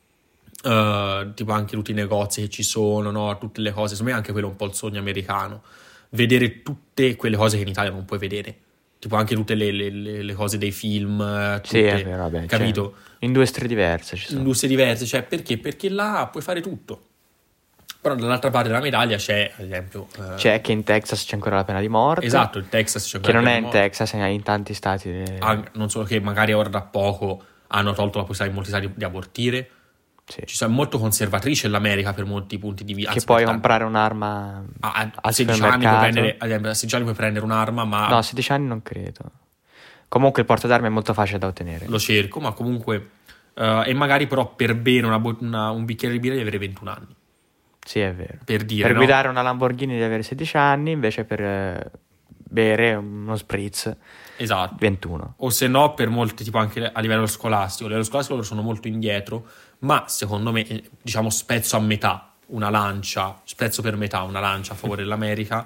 uh, tipo anche tutti i negozi che ci sono, no? Tutte le cose, secondo me anche quello è un po' il sogno americano. Vedere tutte quelle cose che in Italia non puoi vedere. Tipo anche tutte le, le, le cose dei film, tutte, Sì, è vero, vabbè, capito? Cioè, industrie diverse ci sono. Industrie diverse, cioè perché? Perché là puoi fare tutto. Però dall'altra parte della medaglia c'è, ad esempio... Uh, c'è che in Texas c'è ancora la pena di morte. Esatto, in Texas c'è che ancora non la è pena in di morte. Texas, è in tanti stati. De... Ah, non solo che magari ora da poco hanno tolto la possibilità in molti stati di abortire. Sì. Ci sono molto conservatrice l'America per molti punti di vista. Che puoi comprare un'arma a, a al sedici anni puoi supermercato. prendere, ad esempio, a sedici anni puoi prendere un'arma, ma No, a sedici anni non credo. Comunque il portadarmi è molto facile da ottenere. lo cerco, ma comunque uh, e magari però per bere una, bo- una, un bicchiere di birra devi avere ventuno anni. Sì, è vero. Per dire, per no? guidare una Lamborghini devi avere sedici anni, invece per eh, bere uno spritz Esatto. ventuno. O se no per molti, tipo anche a livello scolastico. A livello scolastico loro sono molto indietro, ma secondo me, eh, diciamo, spezzo a metà una lancia, spezzo per metà una lancia a favore dell'America,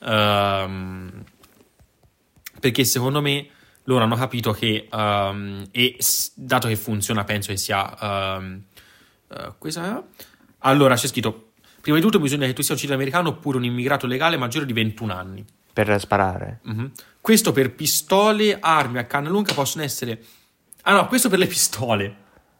ehm, perché secondo me loro hanno capito che, um, e s- dato che funziona, penso che sia... Um, uh, questa... Allora, c'è scritto, prima di tutto bisogna che tu sia un cittadino americano oppure un immigrato legale maggiore di ventuno anni. Per sparare. Mhm. Questo per pistole, armi a canna lunga possono essere... Ah no, questo per le pistole.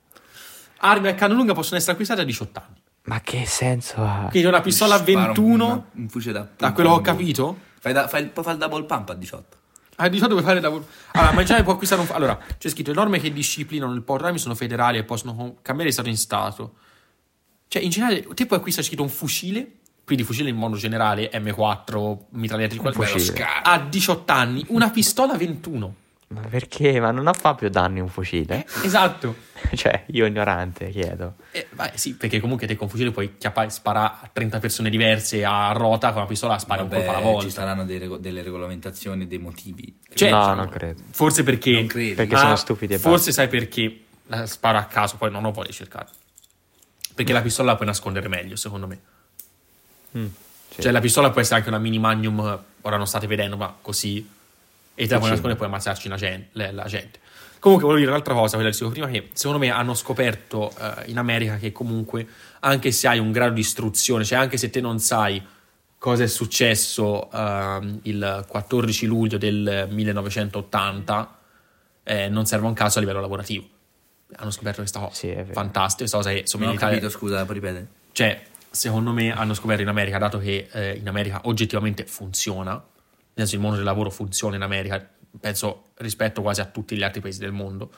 Armi a canna lunga possono essere acquistate a diciotto anni. Ma che senso ha? Quindi una pistola a Spara ventuno, un, un fucile da da quello che ho capito... Fai, da, fai, puoi fare il double pump a diciotto. Ah, di solito puoi fare lavoro. Allora, ma già può acquistare un. Allora, c'è scritto: le norme che disciplinano il porto d'armi sono federali e possono cambiare di stato in stato. Cioè, in generale, te puoi acquistare scritto un fucile, quindi fucile in modo generale, M quattro, mitragliette di qualsiasi fucile. a diciotto anni, una pistola a ventuno. Ma perché? Ma non ha fa più danni un fucile? Eh, esatto. Cioè, io ignorante chiedo. Eh, vai, sì, perché comunque te con fucile puoi chiappare, sparare a trenta persone diverse a rota, con una pistola spari un Vabbè, colpo alla volta. ci saranno dei rego- delle regolamentazioni, dei motivi. Cioè, no, diciamo, non credo. Forse perché. Non credi? Perché Ma sono stupidi e forse sai perché la sparo a caso, poi non lo voglio cercare. Perché la pistola la puoi nascondere meglio, secondo me. Mm, sì. Cioè, la pistola può essere anche una mini magnum, ora non state vedendo, ma così. E te la puoi nascondere e puoi ammazzarci la gente, la gente. Comunque, volevo dire un'altra cosa, quella che dicevo prima, che secondo me hanno scoperto eh, in America che comunque, anche se hai un grado di istruzione, cioè anche se te non sai cosa è successo ehm, il quattordici luglio del millenovecentottanta, eh, non serve un caso a livello lavorativo. Hanno scoperto questa cosa. Sì, è vero. Fantastica, questa cosa che insomma, Non ho in Italia- capito, scusa, puoi ripetere? cioè, secondo me hanno scoperto in America, dato che eh, in America oggettivamente funziona, nel senso il mondo del lavoro funziona in America, penso rispetto quasi a tutti gli altri paesi del mondo,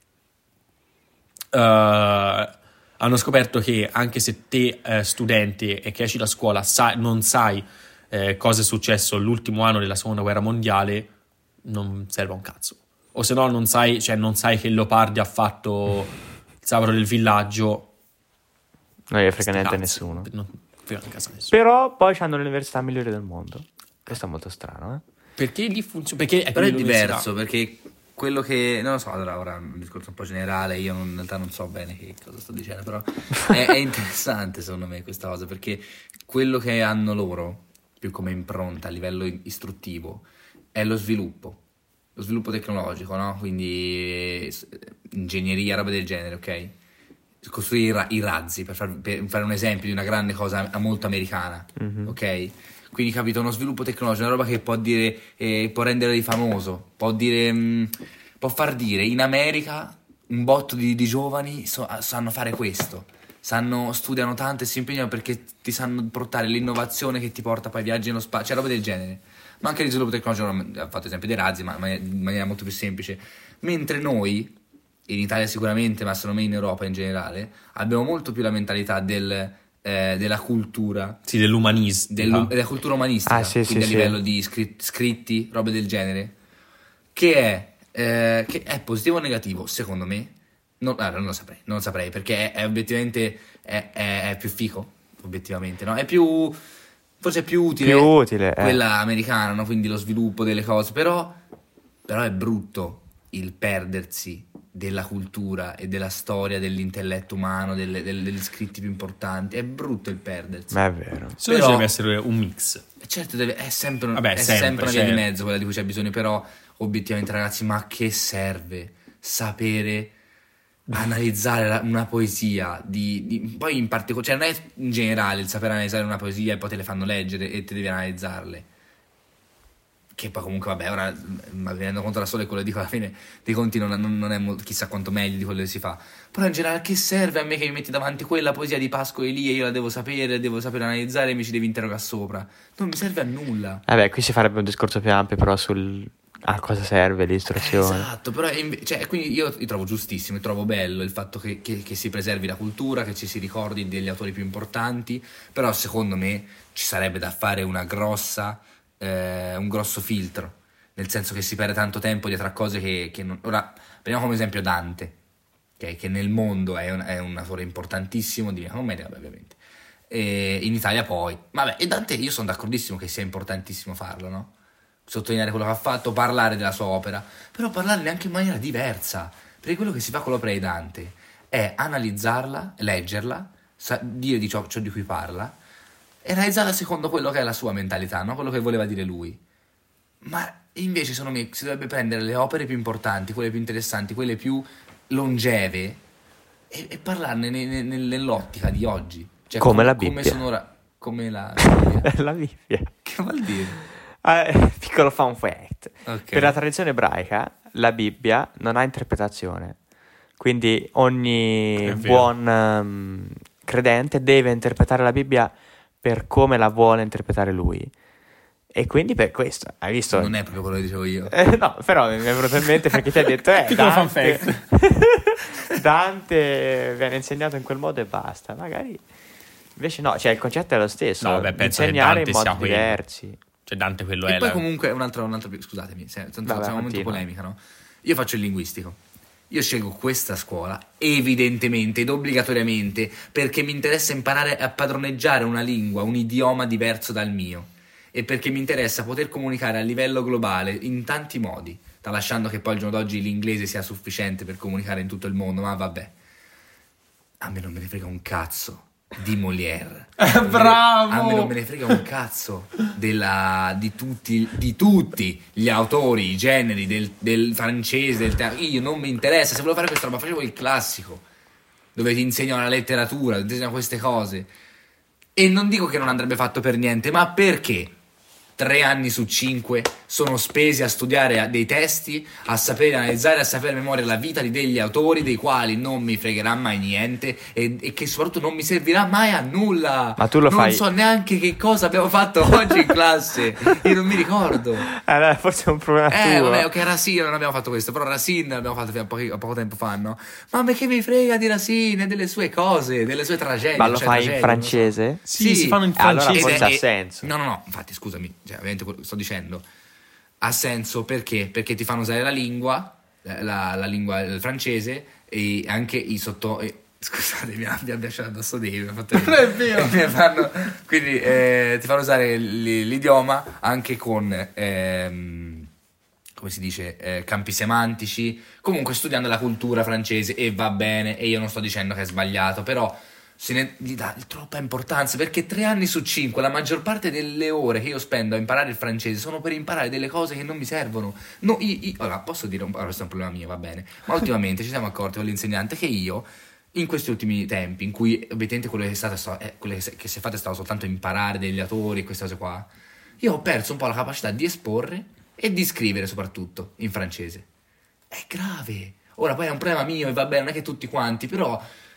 uh, hanno scoperto che anche se te eh, studente e che esci da scuola sai, non sai eh, cosa è successo l'ultimo anno della seconda guerra mondiale, non serve a un cazzo. O se no non sai, cioè non sai che Leopardi ha fatto il sabato del villaggio. Non gli frega Sti niente a cazzi, nessuno. Non frega a casa a nessuno. Però poi hanno l'università migliore del mondo. Questo è molto strano, eh? Perché lì funziona? Perché è Però è per l'università. diverso, perché quello che... Non lo so, allora ora è un discorso un po' generale, io non- in realtà non so bene che cosa sto dicendo, però è, è interessante secondo me questa cosa, perché quello che hanno loro, più come impronta a livello istruttivo, è lo sviluppo. Lo sviluppo tecnologico, no? Quindi eh, ingegneria, roba del genere, ok? Costruire i, ra- i razzi, per, far- per fare un esempio di una grande cosa molto americana, ok? Quindi capito, uno sviluppo tecnologico, una roba che può dire, eh, può rendere di famoso, può dire, mh, può far dire in America un botto di, di giovani so- sanno fare questo, sanno, studiano tanto e si impegnano perché ti sanno portare l'innovazione che ti porta poi ai viaggi nello spazio, cioè roba del genere. Ma anche il sviluppo tecnologico, ha fatto esempio dei razzi, ma in maniera molto più semplice. Mentre noi, in Italia sicuramente, ma secondo me in Europa in generale, abbiamo molto più la mentalità del, eh, della cultura. Sì, dell'umanismo. Del, della cultura umanistica, Ah, sì, quindi sì, a livello sì. di scri- scritti, robe del genere, che è, eh, che è positivo o negativo, secondo me. Non, allora, non lo saprei, non lo saprei, perché è, è obiettivamente è, è, è più fico, obiettivamente, no? È più, forse è più utile, Più utile, eh. quella americana, no? Quindi lo sviluppo delle cose, però, però è brutto il perdersi della cultura e della storia, dell'intelletto umano, delle- delle- degli scritti più importanti. È brutto il perdersi. Ma è vero. Secondo me Però- ci deve essere un mix. Certo, deve- è sempre, un- Vabbè, è sempre, sempre una via di certo. mezzo quella di cui c'è bisogno, però obiettivamente ragazzi, ma che serve sapere analizzare la- una poesia di, di- poi in particolare, cioè non è in generale il sapere analizzare una poesia e poi te le fanno leggere e te devi analizzarle, che poi comunque vabbè, ora ma venendo conto da solo e quello che dico alla fine dei conti non, non- non è mo- chissà quanto meglio di quello che si fa, però in generale che serve a me che mi metti davanti quella poesia di Pasco e lì e io la devo sapere, devo sapere analizzare e mi ci devi interrogare sopra, non mi serve a nulla. Vabbè, qui si farebbe un discorso più ampio però sul a cosa serve l'istruzione. Esatto, però è inve- cioè, quindi io, io trovo giustissimo, io trovo bello il fatto che, che- che si preservi la cultura, che ci si ricordi degli autori più importanti, però secondo me ci sarebbe da fare una grossa, eh, un grosso filtro, nel senso che si perde tanto tempo dietro a cose che, che non... Ora, prendiamo come esempio Dante, ok, che nel mondo è un, è un autore importantissimo, di commedia, vabbè, ovviamente, e in Italia poi, vabbè, e Dante io sono d'accordissimo che sia importantissimo farlo, no? Sottolineare quello che ha fatto, parlare della sua opera, però parlarne anche in maniera diversa, perché quello che si fa con l'opera di Dante è analizzarla, leggerla, sa- dire di ciò, ciò di cui parla e analizzarla secondo quello che è la sua mentalità, no? Quello che voleva dire lui. Ma invece secondo me si dovrebbe prendere le opere più importanti, quelle più interessanti, quelle più longeve e, e parlarne ne- ne- ne- nell'ottica di oggi, cioè Come la come Bibbia. sono ora, come la Bibbia. La Bibbia. Che vuol dire? Eh, piccolo fun fact. Ok. Per la tradizione ebraica la Bibbia non ha interpretazione. Quindi ogni È vero. buon ehm, credente deve interpretare la Bibbia per come la vuole interpretare lui. E quindi per questo, hai visto? Non è proprio quello che dicevo io. Eh, no, però mi è venuto in mente perché ti ha detto eh, Piccolo fun Dante, Dante viene insegnato in quel modo e basta. Magari invece no, cioè il concetto è lo stesso. No, vabbè, penso che insegnare Dante in modi sia quello. diversi. Cioè Dante quello E è poi la... comunque un altro, un altro scusatemi, se, tanto Vabbè, facciamo un momento continua. polemica, no? Io faccio il linguistico. Io scelgo questa scuola, evidentemente ed obbligatoriamente, perché mi interessa imparare a padroneggiare una lingua, un idioma diverso dal mio. E perché mi interessa poter comunicare a livello globale in tanti modi, tralasciando che poi al giorno d'oggi l'inglese sia sufficiente per comunicare in tutto il mondo, ma vabbè. A me non me ne frega un cazzo di Molière. Bravo! A me non me ne frega un cazzo della, di, tutti, di tutti gli autori, i generi del, del francese, del teatro. Io non mi interessa. Se volevo fare questa roba, facevo il classico, dove ti insegnano la letteratura, ti insegnano queste cose. E non dico che non andrebbe fatto per niente, ma perché tre anni su cinque sono spesi a studiare dei testi, a sapere analizzare, a sapere a memoria la vita di degli autori dei quali non mi fregherà mai niente e, e che soprattutto non mi servirà mai a nulla. Ma tu lo non fai- so neanche che cosa abbiamo fatto oggi in classe. Io non mi ricordo. Allora, forse è un problema Eh, tuo. vabbè, ok, Racine non abbiamo fatto questo, però Racine l'abbiamo fatto fino a pochi- a poco tempo fa, no? Ma a me che mi frega di Racine, delle sue cose, delle sue tragedie. Ma lo cioè, fai in tragedie, non lo so. francese? Sì, si fanno in allora francese. forse Ed ha è- senso. No, no, no, infatti, scusami, cioè, ovviamente quello che sto dicendo ha senso perché? Perché ti fanno usare la lingua, la, la lingua il francese e anche i sotto... eh, scusate, mi abbia lasciato addosso Dave, mi ha fatto Non è vero. Mi fanno- quindi eh, ti fanno usare l- l'idioma anche con... ehm, come si dice, eh, campi semantici, comunque studiando la cultura francese e va bene, e io non sto dicendo che è sbagliato, però se ne gli dà troppa importanza, perché tre anni su cinque, la maggior parte delle ore che io spendo a imparare il francese sono per imparare delle cose che non mi servono. No, io, io- allora, posso dire, un, allora, questo è un problema mio, va bene, ma ultimamente ci siamo accorti con l'insegnante che io, in questi ultimi tempi, in cui obiettivamente quello che è stato, è stato- eh, quello che si- che si è fatto è stato soltanto imparare degli autori e queste cose qua, io ho perso un po' la capacità di esporre e di scrivere soprattutto in francese. È grave. Ora poi è un problema mio e va bene, non è che tutti quanti, però...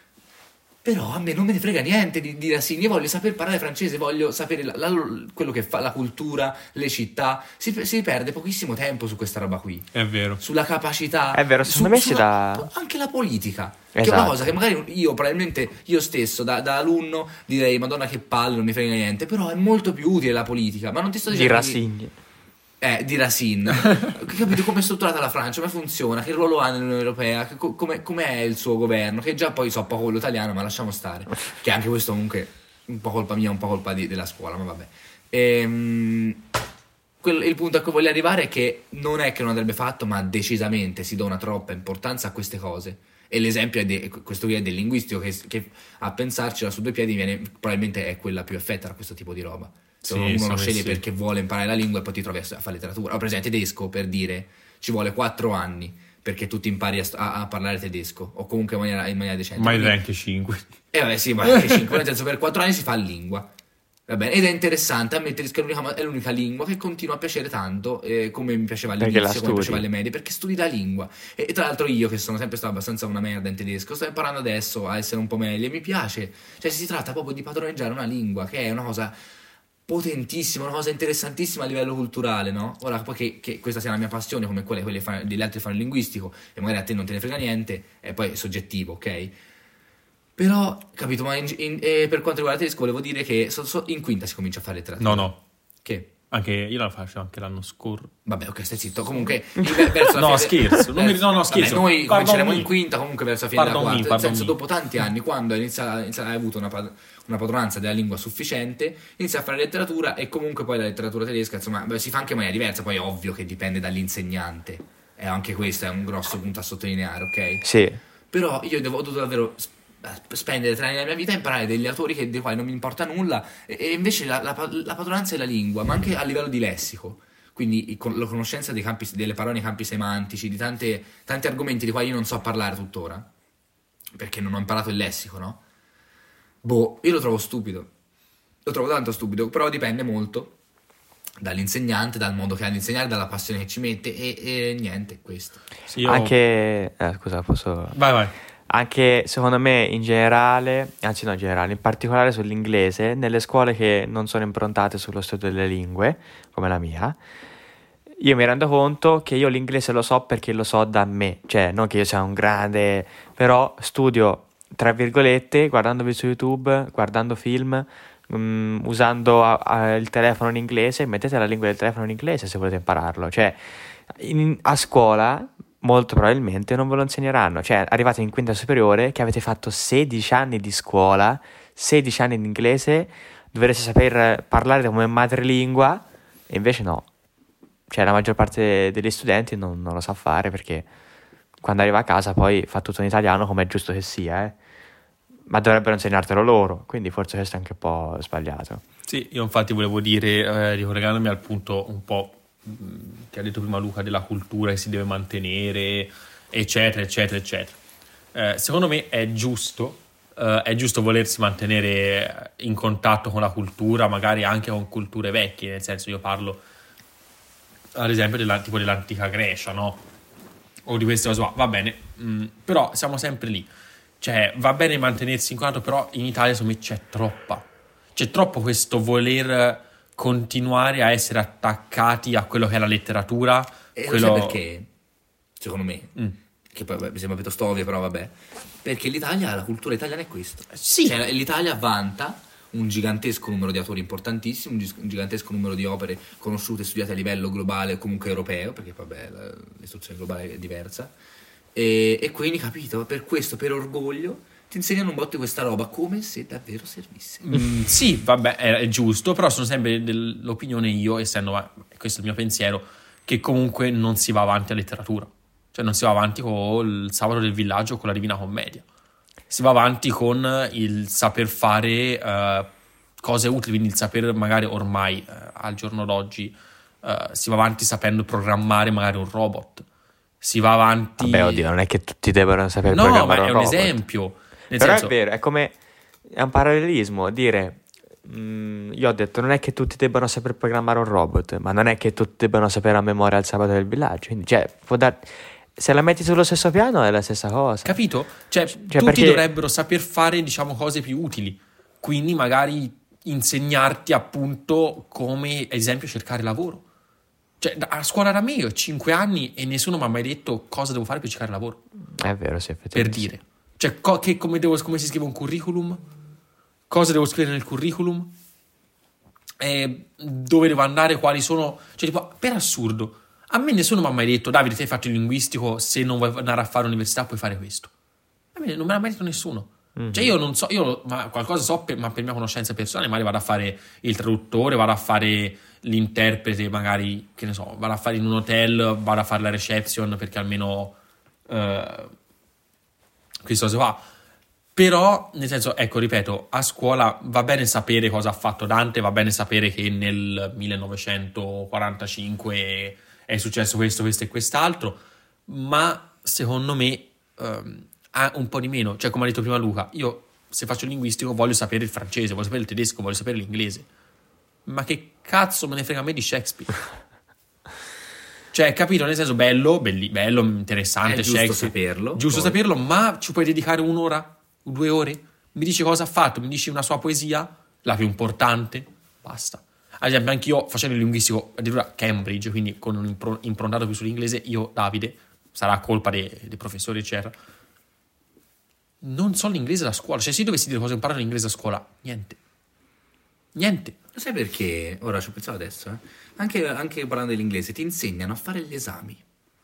Però a me non me ne frega niente di dire sì, io voglio saper parlare francese, voglio sapere la, la, quello che fa, la cultura, le città. Si, si perde pochissimo tempo su questa roba qui. È vero. Sulla capacità. È vero, secondo su, me si dà... Anche la politica. Esatto. Che è una cosa che magari io, probabilmente, io stesso, da, da alunno, direi, madonna che palle, non mi frega niente. Però è molto più utile la politica. Ma non ti sto Di dicendo... Racine. Eh, di Racine. Capito come è strutturata la Francia, come funziona, che ruolo ha nell'Unione Europea, che, come, come è il suo governo, che già poi so poco quello italiano, ma lasciamo stare. Che anche questo comunque un po' colpa mia, un po' colpa di, della scuola, ma vabbè. Ehm, quel, il punto a cui voglio arrivare è che non è che non andrebbe fatto, ma decisamente si dà una troppa importanza a queste cose. E l'esempio è de, questo qui è del linguistico, che, che a pensarci su due piedi viene, probabilmente è quella più affetta da questo tipo di roba. Se Sì, uno lo sì, sceglie sì. perché vuole imparare la lingua e poi ti trovi a, a fare letteratura. Ho presente tedesco, per dire, ci vuole quattro anni perché tu ti impari a, a, a parlare tedesco, o comunque in maniera, in maniera decente. Ma Quindi- direi anche cinque. eh vabbè sì, ma anche cinque, nel senso per quattro anni si fa lingua. Va bene, ed è interessante ammettere che è l'unica, è l'unica lingua che continua a piacere tanto, eh, come mi piaceva Perché all'inizio, la come mi piaceva studi. alle medie, perché studi la lingua. E, e tra l'altro io, che sono sempre stato abbastanza una merda in tedesco, sto imparando adesso a essere un po' meglio e mi piace. Cioè si tratta proprio di padroneggiare una lingua, che è una cosa potentissima, una cosa interessantissima a livello culturale, no? Ora, poi che, che questa sia la mia passione, come quelle, quelle fa- degli altri fanno il linguistico, e magari a te non te ne frega niente, e poi è soggettivo, ok? Però, capito, ma in- in- eh, per quanto riguarda il tedesco volevo dire che so- so- in quinta si comincia a fare letteratura. No, no. Che? Anche io la faccio anche l'anno scorso. Vabbè, ok, stai zitto. Comunque, ver- verso la No, fine- scherzo, non mi- verso- no, no, vabbè, scherzo. noi Pardon cominceremo me. in quinta, comunque verso la fine Pardon della me, quarta. Nel pardon senso, me. dopo tanti anni, quando inizia, inizia- hai avuto una, pad- una padronanza della lingua sufficiente, inizi a fare letteratura e comunque poi la letteratura tedesca, insomma, beh, si fa anche in maniera diversa. Poi è ovvio che dipende dall'insegnante. E anche questo è un grosso punto a sottolineare, ok? Sì. Però io devo, ho dovuto davvero sp- spendere tre anni della mia vita a imparare degli autori che, dei quali non mi importa nulla, e, e invece la, la, pa- la padronanza è la lingua, ma anche a livello di lessico. Quindi i- con- la conoscenza dei campi, delle parole nei campi semantici, di tante, tanti argomenti di quali io non so parlare tuttora, perché non ho imparato il lessico, no? Boh, io lo trovo stupido. Lo trovo tanto stupido, però dipende molto dall'insegnante, dal modo che ha di insegnare, dalla passione che ci mette, e, e niente, questo. Sì, io- Anche... eh, scusa, posso... Vai, vai. Anche secondo me in generale, anzi no in generale, in particolare sull'inglese, nelle scuole che non sono improntate sullo studio delle lingue, come la mia, io mi rendo conto che io l'inglese lo so perché lo so da me, cioè non che io sia un grande, però studio, tra virgolette, guardandovi su YouTube, guardando film, mm, usando a- a- il telefono in inglese, mettete la lingua del telefono in inglese se volete impararlo, cioè in- a scuola molto probabilmente non ve lo insegneranno, cioè arrivate in quinta superiore che avete fatto sedici anni di scuola, sedici anni di inglese, dovreste saper parlare come madrelingua e invece no, cioè la maggior parte degli studenti non, non lo sa fare perché quando arriva a casa poi fa tutto in italiano come è giusto che sia, eh. Ma dovrebbero insegnartelo loro, quindi forse questo è anche un po' sbagliato. Sì, io infatti volevo dire, eh, ricollegandomi al punto un po' mh, che ha detto prima Luca della cultura che si deve mantenere, eccetera, eccetera, eccetera. Eh, secondo me è giusto, eh, è giusto volersi mantenere in contatto con la cultura, magari anche con culture vecchie, nel senso io parlo ad esempio della, tipo dell'antica Grecia, no? O di queste cose qua, va bene, mh, però siamo sempre lì. Cioè, va bene mantenersi in contatto, però in Italia secondo me c'è troppa. C'è troppo questo voler continuare a essere attaccati a quello che è la letteratura. E lo quello... sai perché? Secondo me, Mm. che poi vabbè, mi sembra piuttosto ovvio, però vabbè, perché l'Italia, la cultura italiana è questo. Sì. Cioè, l'Italia vanta un gigantesco numero di autori importantissimi, un, gis- un gigantesco numero di opere conosciute e studiate a livello globale o comunque europeo, perché vabbè la- l'istruzione globale è diversa, e, e quindi capito, per questo, per orgoglio ti insegnano un botto di questa roba come se davvero servisse. Mm, sì, vabbè, è, è giusto, però sono sempre dell'opinione io, essendo, ma questo è il mio pensiero, che comunque non si va avanti a letteratura. Cioè non si va avanti con il Sabato del Villaggio o con la Divina Commedia. Si va avanti con il saper fare eh, cose utili, quindi il saper magari ormai eh, al giorno d'oggi eh, si va avanti sapendo programmare magari un robot. Si va avanti... Vabbè, oddio, non è che tutti devono sapere No, ma programmare è un robot. esempio. Nel Però senso, è vero, è come è un parallelismo dire mm, io ho detto non è che tutti debbano saper programmare un robot, ma non è che tutti debbano sapere a memoria il Sabato del Villaggio, quindi cioè può dar- se la metti sullo stesso piano è la stessa cosa. Capito? Cioè, Cioè, tutti perché- dovrebbero saper fare, diciamo, cose più utili. Quindi magari insegnarti appunto come, ad esempio, cercare lavoro. Cioè, da- a scuola da me io ho cinque anni e nessuno mi ha mai detto cosa devo fare per cercare lavoro. È vero, sì, Per effettivamente. dire. Cioè, co- che- come, devo, come si scrive un curriculum? Cosa devo scrivere nel curriculum? Eh, dove devo andare? Quali sono... Cioè, tipo, per assurdo, a me nessuno mi ha mai detto Davide, te hai fatto il linguistico, se non vuoi andare a fare l'università puoi fare questo. A me non me l'ha mai detto nessuno. Cioè io non so, io ma qualcosa so, per, ma per mia conoscenza personale magari vado a fare il traduttore, vado a fare l'interprete, magari, che ne so, vado a fare in un hotel, vado a fare la reception perché almeno eh, queste cose qua. Però, nel senso, ecco, ripeto, a scuola va bene sapere cosa ha fatto Dante, va bene sapere che nel millenovecentoquarantacinque è successo questo, questo e quest'altro, ma secondo me ehm, ha un po' di meno. Cioè, come ha detto prima Luca, io se faccio il linguistico voglio sapere il francese, voglio sapere il tedesco, voglio sapere l'inglese. Ma che cazzo me ne frega a me di Shakespeare? Cioè, capito? Nel senso, bello, belli, bello, interessante, È giusto Shakespeare. saperlo, Giusto poi. saperlo, ma ci puoi dedicare un'ora? Due ore? Mi dici cosa ha fatto? Mi dici una sua poesia? La più importante? Basta. Ad esempio, anche io facendo il linguistico, addirittura Cambridge, quindi con un impro- improntato più sull'inglese, io, Davide, sarà colpa dei, dei professori, eccetera. Non so l'inglese da scuola. Cioè, se io dovessi dire cosa ho imparato in inglese a scuola, niente. Niente. Lo sai perché? Ora ci ho pensato adesso, eh? Anche, anche parlando dell'inglese, ti insegnano a fare gli esami.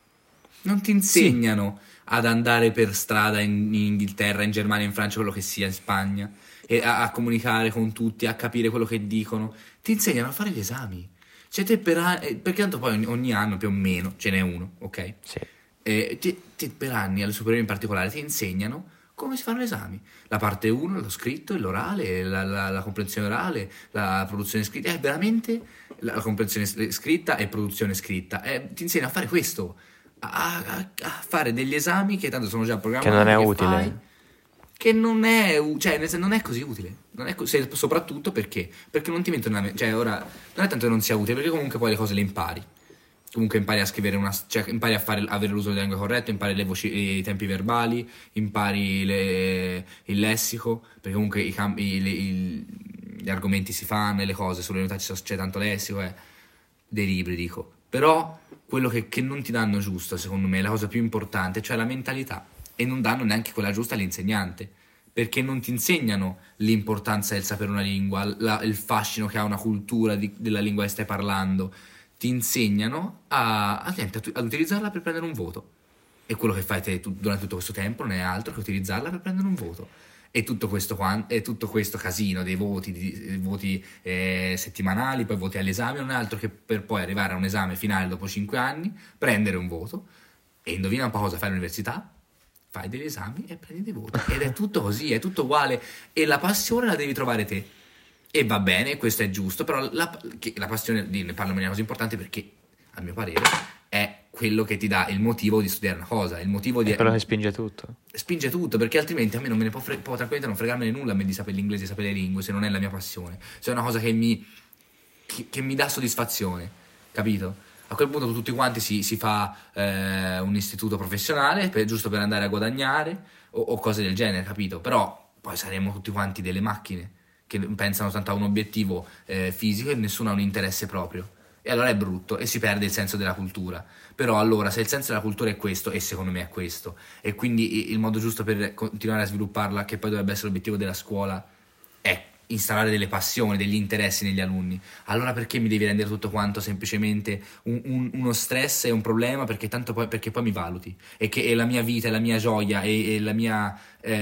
Non ti insegnano ad andare per strada in, in Inghilterra, in Germania, in Francia, quello che sia, in Spagna, e a, a comunicare con tutti, a capire quello che dicono. Ti insegnano a fare gli esami. Cioè te per anni, perché tanto poi ogni, ogni anno più o meno ce n'è uno, ok? Sì. E ti, ti- per anni, alle superiori in particolare, ti insegnano come si fanno gli esami. La parte uno, lo scritto, l'orale, la, la, la comprensione orale, la produzione scritta. È veramente la, la comprensione s- scritta e produzione scritta. Eh, ti insegnano a fare questo. A, a- a fare degli esami che tanto sono già programmati. Che non è utile. fai, che non è, u- cioè, nel senso, non è così utile. Non è co- se- soprattutto perché? Perché non ti mettono nella me- cioè, ora, non è tanto che non sia utile, perché comunque poi le cose le impari. Comunque impari a scrivere una, cioè impari a fare, avere l'uso della lingua corretta, impari le voci, i tempi verbali, impari le- il lessico, perché comunque i cambi, le- il- gli argomenti si fanno e le cose, sulle unità c'è, c'è tanto lessico, eh, dei libri dico. Però quello che, che non ti danno giusto, secondo me, è la cosa più importante, cioè la mentalità, e non danno neanche quella giusta all'insegnante, perché non ti insegnano l'importanza del sapere una lingua, la- il fascino che ha una cultura di- della lingua che stai parlando. Ti insegnano a, a, niente, a tu- ad utilizzarla per prendere un voto. E quello che fai te tu- durante tutto questo tempo non è altro che utilizzarla per prendere un voto. E tutto questo, quan- e tutto questo casino dei voti, di, di- voti eh, settimanali, poi voti all'esame, non è altro che per poi arrivare a un esame finale dopo cinque anni, prendere un voto, e indovina un po' cosa fai all'università? Fai degli esami e prendi dei voti. Ed è tutto così, è tutto uguale. E la passione la devi trovare te. E va bene, questo è giusto, però la, che la passione, di- ne parlo in maniera così importante perché, a mio parere, è quello che ti dà il motivo di studiare una cosa, il motivo di... È quello che spinge tutto. spinge tutto, perché altrimenti a me non me ne può, fre- può tranquillamente non fregarmene nulla a me di sapere l'inglese, di sapere le lingue, se non è la mia passione, se è una cosa che mi, che, che mi dà soddisfazione, capito? A quel punto tutti quanti si, si fa eh, un istituto professionale, per- giusto per andare a guadagnare, o, o cose del genere, capito? Però poi saremo tutti quanti delle macchine che pensano tanto a un obiettivo eh, fisico e nessuno ha un interesse proprio. E allora è brutto e si perde il senso della cultura. Però allora, se il senso della cultura è questo, e secondo me è questo, e quindi il modo giusto per continuare a svilupparla, che poi dovrebbe essere l'obiettivo della scuola, è instaurare delle passioni, degli interessi negli alunni, allora perché mi devi rendere tutto quanto semplicemente un, un- uno stress e un problema? Perché tanto poi, perché poi mi valuti, e che è la mia vita, è la mia gioia, e, e la mia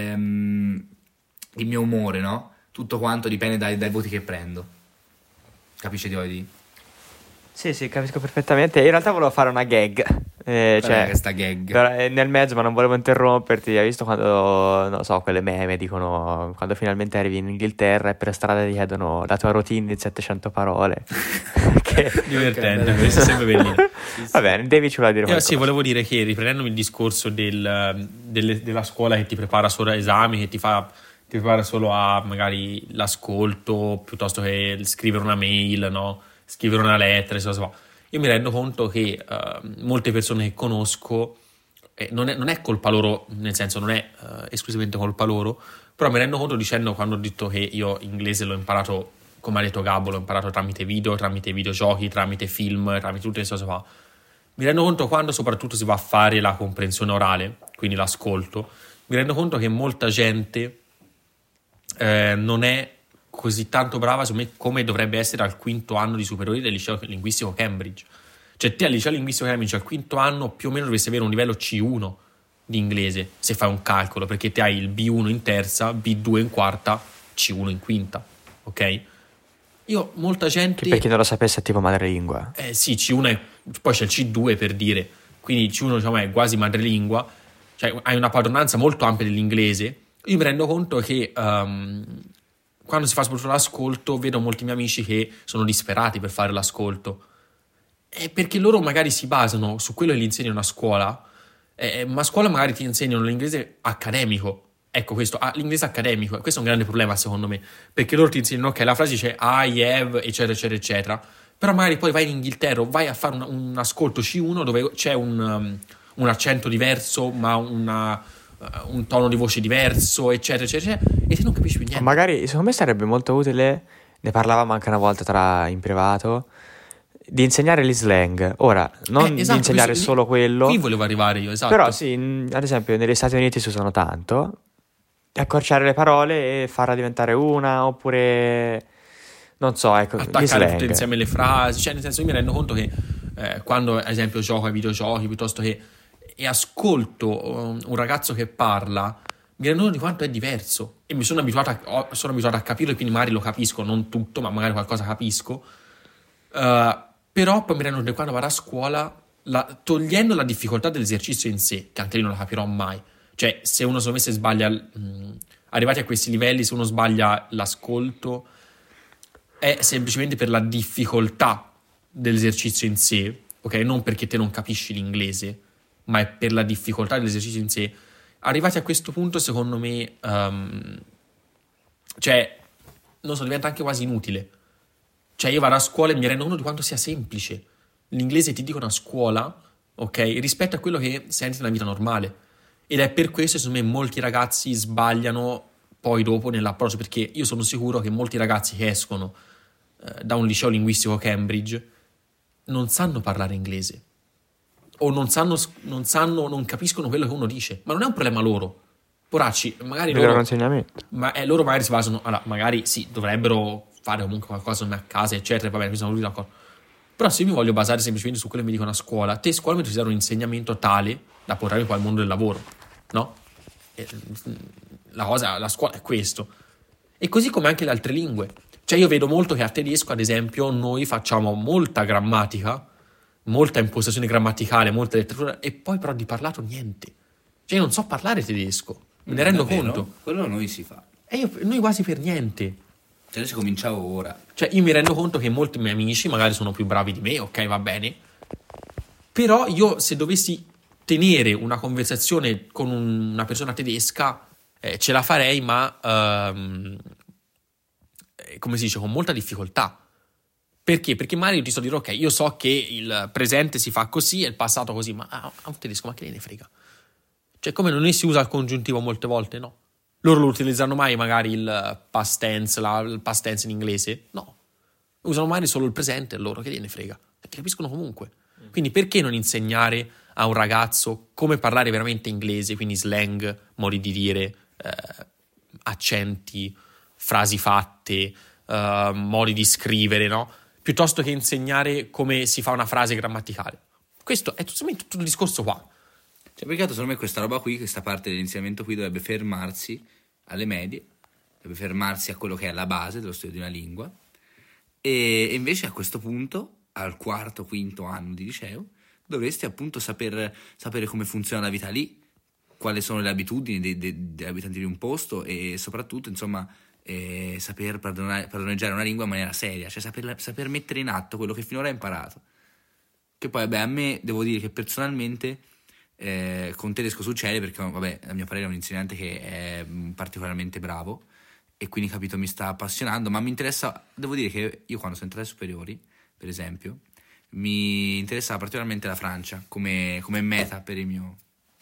ehm, il mio umore, no? Tutto quanto dipende dai, dai voti che prendo. Capisci di dire? Sì, sì, capisco perfettamente. In realtà volevo fare una gag. Eh, Qual è cioè, questa gag? però, eh, nel mezzo, ma non volevo interromperti. Hai visto quando, non so, quelle meme dicono quando finalmente arrivi in Inghilterra e per strada ti chiedono la tua routine di settecento parole. Che... Divertente, Ok, questo è sempre bellino. Va bene, Devi ci vuole dire Eh, qualcosa. sì, volevo dire che riprendendomi il discorso del, delle- della scuola che ti prepara solo a esami, che ti fa ti prepara solo a magari l'ascolto piuttosto che scrivere una mail, no? Scrivere una lettera, queste cose qua. Io mi rendo conto che eh, molte persone che conosco eh, non, è, non è colpa loro, nel senso non è uh, esclusivamente colpa loro, però mi rendo conto dicendo, quando ho detto che io inglese l'ho imparato, come ha detto Gabbo, l'ho imparato tramite video, tramite videogiochi, tramite film, tramite tutte queste cose qua. Mi rendo conto quando soprattutto si va a fare la comprensione orale, quindi l'ascolto, mi rendo conto che molta gente eh, non è così tanto brava secondo me come dovrebbe essere al quinto anno di superiori del liceo linguistico Cambridge. Cioè te al liceo linguistico Cambridge al quinto anno più o meno dovresti avere un livello C uno di inglese, se fai un calcolo, perché te hai il B uno in terza, B due in quarta, C uno in quinta, ok? Io, molta gente... Che per chi non lo sapesse è tipo madrelingua. Eh sì, C uno è... poi c'è il C due per dire, quindi C uno diciamo è quasi madrelingua, cioè hai una padronanza molto ampia dell'inglese. Io mi rendo conto che um, quando si fa soprattutto l'ascolto vedo molti miei amici che sono disperati per fare l'ascolto, eh, perché loro magari si basano su quello che gli insegnano a scuola, eh, ma a scuola magari ti insegnano l'inglese accademico. Ecco questo, ah, l'inglese accademico, questo è un grande problema secondo me, perché loro ti insegnano, ok, la frase dice I have, eccetera, eccetera, eccetera, però magari poi vai in Inghilterra, vai a fare un, un ascolto C uno dove c'è un, um, un accento diverso, ma una, uh, un tono di voce diverso, eccetera, eccetera, eccetera, e te non capisci più niente. Magari, secondo me sarebbe molto utile, ne parlavamo anche una volta tra in privato, di insegnare gli slang. Ora, non Eh, esatto, di insegnare questo- solo quello, Qui volevo arrivare io, esatto. però sì, in- ad esempio negli Stati Uniti si usano tanto, accorciare le parole e farla diventare una, oppure non so, ecco, gli Attaccare slang. tutte insieme le frasi, cioè nel senso io mi rendo conto che eh, quando ad esempio gioco ai videogiochi piuttosto che e ascolto um, un ragazzo che parla, mi rendo conto di quanto è diverso e mi sono abituato a, ho- sono abituato a capirlo, e quindi magari lo capisco, non tutto, ma magari qualcosa capisco. Uh, però poi mi rendo conto che quando vado a scuola, la- togliendo la difficoltà dell'esercizio in sé, che anche lì non la capirò mai, cioè se uno secondo me se sbaglia mh, arrivati a questi livelli, se uno sbaglia l'ascolto è semplicemente per la difficoltà dell'esercizio in sé, ok? Non perché te non capisci l'inglese, ma è per la difficoltà dell'esercizio in sé. Arrivati a questo punto, secondo me, um, cioè, non so, diventa anche quasi inutile. Cioè, io vado a scuola e mi rendo conto di quanto sia semplice l'inglese, ti dicono a scuola, ok? Rispetto a quello che senti nella vita normale. Ed è per questo, secondo me, molti ragazzi sbagliano poi dopo nell'approccio, perché io sono sicuro che molti ragazzi che escono eh, da un liceo linguistico Cambridge non sanno parlare inglese o non sanno, non sanno, non capiscono quello che uno dice, ma non è un problema loro, poracci, magari Il loro loro, insegnamento. ma eh, loro magari si basano, allora, magari sì, dovrebbero fare comunque qualcosa a casa, eccetera, va bene, mi sono tutti d'accordo, però se io mi voglio basare semplicemente su quello che mi dicono a scuola, te a scuola mi devi dare un insegnamento tale da portarmi poi al mondo del lavoro, no? E, la cosa, la scuola è questo, e così come anche le altre lingue. Cioè io vedo molto che a tedesco, ad esempio, noi facciamo molta grammatica, molta impostazione grammaticale, molta letteratura, e poi però di parlato niente. Cioè io non so parlare tedesco, me ne rendo Davvero? conto. Quello noi si fa. E io, noi quasi per niente. Cioè, se cominciavo ora. Cioè io mi rendo conto che molti miei amici magari sono più bravi di me, ok, va bene. Però io se dovessi tenere una conversazione con un- una persona tedesca, eh, ce la farei, ma ehm, eh, come si dice, con molta difficoltà. Perché? Perché magari io ti so dire, ok, io so che il presente si fa così e il passato così, ma a un tedesco, ma che ne frega? Cioè, come non si usa il congiuntivo molte volte, no? Loro lo utilizzano mai magari il past tense, la, il past tense in inglese? No. Usano magari solo il presente, loro, che ne frega? Perché capiscono comunque. Quindi perché non insegnare a un ragazzo come parlare veramente inglese, quindi slang, modi di dire, eh, accenti, frasi fatte, eh, modi di scrivere, no? Piuttosto che insegnare come si fa una frase grammaticale. Questo è tutto, tutto il discorso qua. Cioè, perché secondo me questa roba qui, questa parte dell'insegnamento qui dovrebbe fermarsi alle medie, dovrebbe fermarsi a quello che è la base dello studio di una lingua, e e invece a questo punto, al quarto, quinto anno di liceo, dovresti appunto saper sapere come funziona la vita lì, quali sono le abitudini dei- dei- degli abitanti di un posto, e soprattutto, insomma, eh, saper padronare- padroneggiare una lingua in maniera seria, cioè saper, saper mettere in atto quello che finora hai imparato. Che poi, vabbè, a me devo dire che personalmente eh, con tedesco succede perché, vabbè, a mio parere è un insegnante che è mm, particolarmente bravo e quindi, capito, mi sta appassionando, ma mi interessa, devo dire che io quando sono entrato ai superiori, per esempio, mi interessava particolarmente la Francia come, come meta per il mio,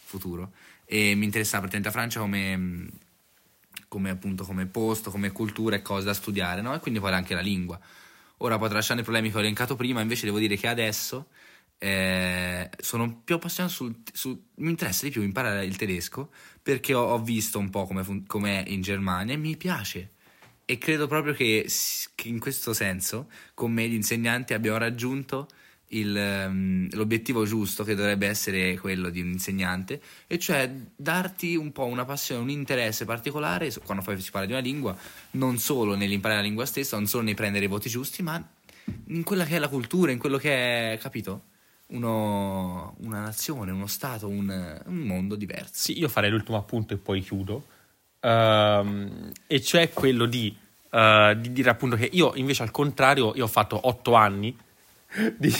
futuro. E mi interessa praticamente la Francia come, come appunto come posto, come cultura e cose da studiare, no? E quindi poi anche la lingua. Ora poi tralasciando i problemi che ho elencato prima, invece devo dire che adesso eh, sono più appassionato sul, su, mi interessa di più imparare il tedesco, perché ho, ho visto un po' come fun- com'è in Germania e mi piace. E credo proprio che, che in questo senso, con me gli insegnanti abbiamo raggiunto il, um, l'obiettivo giusto, che dovrebbe essere quello di un insegnante, e cioè darti un po' una passione, un interesse particolare quando poi si parla di una lingua, non solo nell'imparare la lingua stessa, non solo nel prendere i voti giusti, ma in quella che è la cultura, in quello che è, capito? Uno, una nazione, uno stato, un, un mondo diverso. Sì, io farei l'ultimo appunto e poi chiudo. Um, e cioè quello di, uh, di dire appunto che io invece al contrario, io ho fatto otto anni di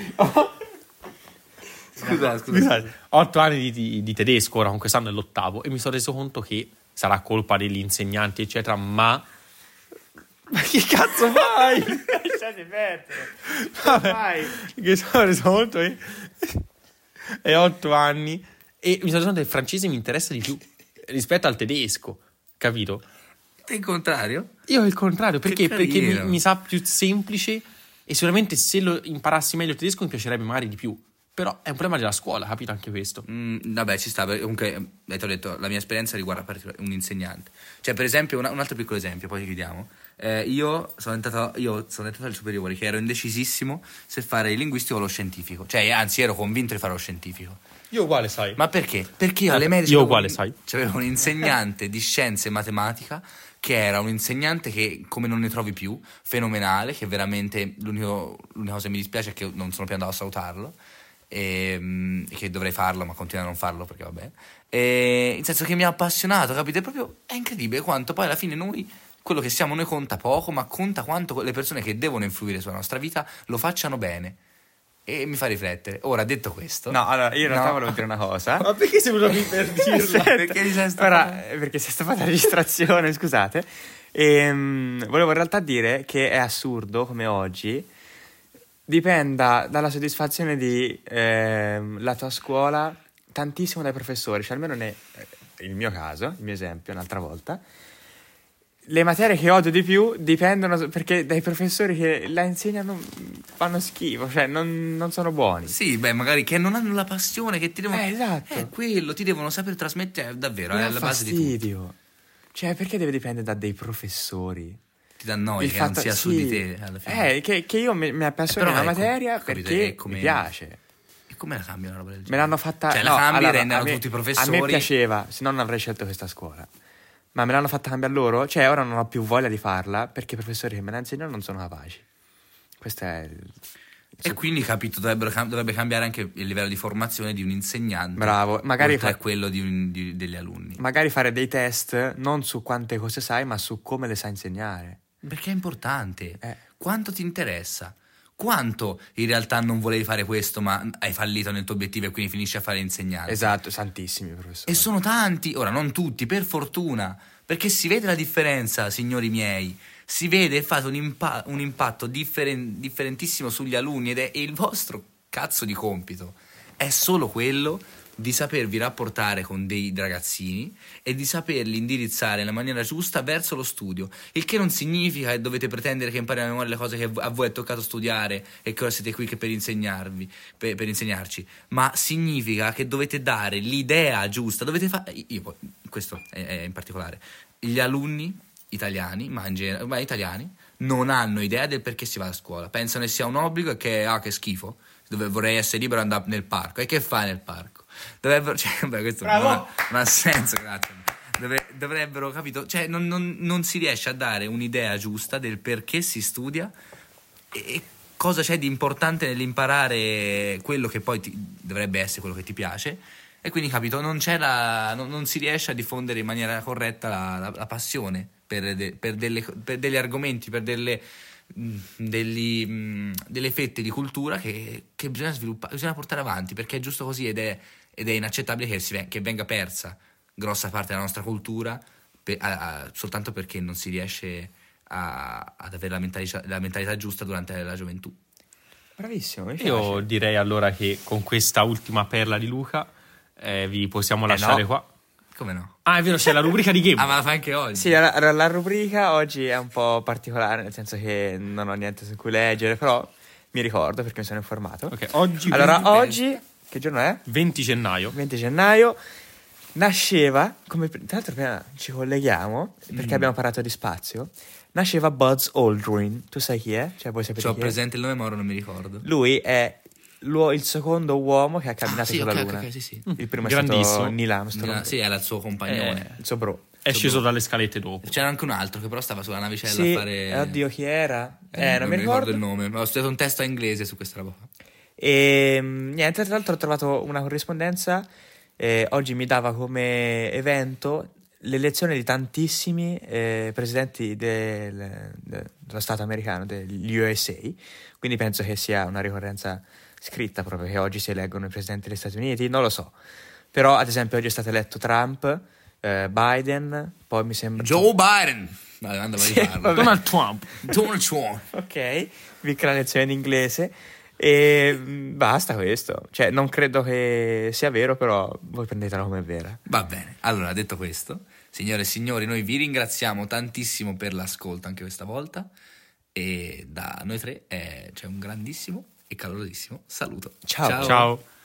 scusa, scusa. otto anni di, di, di tedesco, ora con quest'anno è l'ottavo, e mi sono reso conto che sarà colpa degli insegnanti eccetera, ma ma che cazzo fai? Lasciati perdere. Vabbè, che sono reso conto che è otto anni e mi sono reso conto che il francese mi interessa di più rispetto al tedesco, capito? Te il contrario? Io il contrario, perché? Che Perché mi, carino. mi sa più semplice, e sicuramente se lo imparassi meglio il tedesco mi piacerebbe magari di più. Però è un problema della scuola, capito anche questo? Mm, vabbè, ci sta, perché comunque eh, ti ho detto, la mia esperienza riguarda particolar- un insegnante. Cioè, per esempio, una- un altro piccolo esempio, poi chiudiamo. Eh, io sono entrato io sono entrato alle superiori che ero indecisissimo se fare il linguistico o lo scientifico. Cioè, anzi, ero convinto di fare lo scientifico. Io uguale, sai. Ma perché? Perché io Eh, alle medie io c'avevo uguale, un- sai. c'avevo un insegnante di scienze e matematica che era un insegnante che, come non ne trovi più, fenomenale, che veramente l'unico, l'unica cosa che mi dispiace è che non sono più andato a salutarlo, e, mm, che dovrei farlo, ma continuo a non farlo perché vabbè. E, in senso che mi ha appassionato, capite? È proprio, è incredibile quanto poi alla fine noi, quello che siamo noi conta poco, ma conta quanto le persone che devono influire sulla nostra vita lo facciano bene. E mi fa riflettere. Ora, detto questo, No, allora io in realtà No. volevo dire una cosa. Ma perché sei venuto qui per dirla? Aspetta. Perché mi sei stato- Ora, eh, perché si è stoppata la registrazione, scusate. Ehm, volevo in realtà dire che è assurdo come oggi dipenda dalla soddisfazione di ehm, la tua scuola tantissimo dai professori, cioè almeno ne, eh, il mio caso, il mio esempio un'altra volta. Le materie che odio di più dipendono perché dai professori che la insegnano fanno schifo, cioè non, non sono buoni. Sì, beh, magari che non hanno la passione, che ti devono... Eh, esatto. È quello, ti devono saper trasmettere davvero, Mi è dà alla base di tutto. fastidio. Cioè, perché deve dipendere da dei professori? Ti dà noia Il che non fatto- sia su sì. di te alla fine. Eh, che, che io mi, mi appassiono Però a una è com- materia capito, perché è come- mi piace. E come la cambiano una roba del Me genere? l'hanno fatta... Cioè, no, la cambi, allora, rendono a me- tutti i A professori... me piaceva, se no non avrei scelto questa scuola. Ma me l'hanno fatta cambiare loro? Cioè, ora non ho più voglia di farla perché i professori che me la insegnano non sono capaci. Questo è... il- E quindi, capito, dovrebbero cam- dovrebbe cambiare anche il livello di formazione di un insegnante. Bravo. Magari oltre fa- a quello di un- di- degli alunni. Magari fare dei test non su quante cose sai, ma su come le sai insegnare. Perché è importante. Eh. Quanto ti interessa? Quanto in realtà non volevi fare questo, ma hai fallito nel tuo obiettivo e quindi finisci a fare insegnante? Esatto, santissimi professori. E sono tanti, ora non tutti, per fortuna, perché si vede la differenza, signori miei, si vede e fate un, impa- un impatto differen- differentissimo sugli alunni ed è e il vostro cazzo di compito è solo quello di sapervi rapportare con dei ragazzini e di saperli indirizzare nella maniera giusta verso lo studio, il che non significa che dovete pretendere che impari a memoria le cose che a voi è toccato studiare e che ora siete qui che per insegnarvi, per, per insegnarci, ma significa che dovete dare l'idea giusta, dovete fare, io questo è, è in particolare, gli alunni italiani, ma in genere, ma italiani, non hanno idea del perché si va a scuola, pensano che sia un obbligo e che, ah, che schifo, dove vorrei essere libero e andare nel parco, e che fai nel parco? Dovrebbero, cioè, beh, questo non ha, non ha senso, grazie. Dovre- dovrebbero, capito? Cioè, non, non, non si riesce a dare un'idea giusta del perché si studia e, e cosa c'è di importante nell'imparare quello che poi ti, dovrebbe essere quello che ti piace. E quindi, capito, non, c'è la, non, non si riesce a diffondere in maniera corretta la, la, la passione per, de, per, delle, per degli argomenti, per delle, mh, degli, mh, delle fette di cultura che, che bisogna sviluppare, bisogna portare avanti, perché è giusto così ed è, ed è inaccettabile che, si, che venga persa grossa parte della nostra cultura per, a, a, soltanto perché non si riesce a, ad avere la mentalità, la mentalità giusta durante la gioventù. Bravissimo, mi piace. Io direi allora che con questa ultima perla di Luca eh, vi possiamo Eh, lasciare no. qua. Come no? Ah, è vero, c'è la rubrica di Game. Ah, ma la fai anche oggi? Sì, la, la- la rubrica oggi è un po' particolare, nel senso che non ho niente su cui leggere, però mi ricordo perché mi sono informato. Ok, oggi Allora, quindi oggi, che giorno è? venti gennaio. venti gennaio, nasceva, come, tra l'altro appena ci colleghiamo, perché Mm. abbiamo parlato di spazio, nasceva Buzz Aldrin. Tu sai chi è? Cioè, voi sapete C'ho chi è? presente il nome, ma ora non mi ricordo. Lui è l'uo- il secondo uomo che ha camminato Ah, sì, sulla ok, Luna. ok, ok, sì, sì. Il primo è Grandissimo. stato Neil Armstrong. Ah, sì, era il suo compagnone. Il suo bro. È sceso dalle scalette dopo. C'era anche un altro che però stava sulla navicella Sì, a fare... eh, oddio, chi era? Eh, Eh, non mi ricordo. il nome, ma ho studiato un testo inglese su questa roba. E mm, niente, tra l'altro ho trovato una corrispondenza. eh, oggi mi dava come evento l'elezione di tantissimi eh, presidenti del- de- dello Stato americano, degli U S A. Quindi penso che sia una ricorrenza scritta proprio che oggi si eleggono i presidenti degli Stati Uniti. Non lo so. Però, ad esempio, oggi è stato eletto Trump, eh, Biden, poi mi sembra. Joe Biden! Vabbè, manda Sì, di farlo. vabbè. Donald Trump. Donald Trump. Ok, vi la lezione in inglese. E mm, basta questo. Cioè, non credo che sia vero, però voi prendetela come vera. Va bene, allora detto questo, signore e signori, noi vi ringraziamo tantissimo per l'ascolto anche questa volta e da noi tre eh, c'è un grandissimo e calorosissimo saluto. Ciao. Ciao.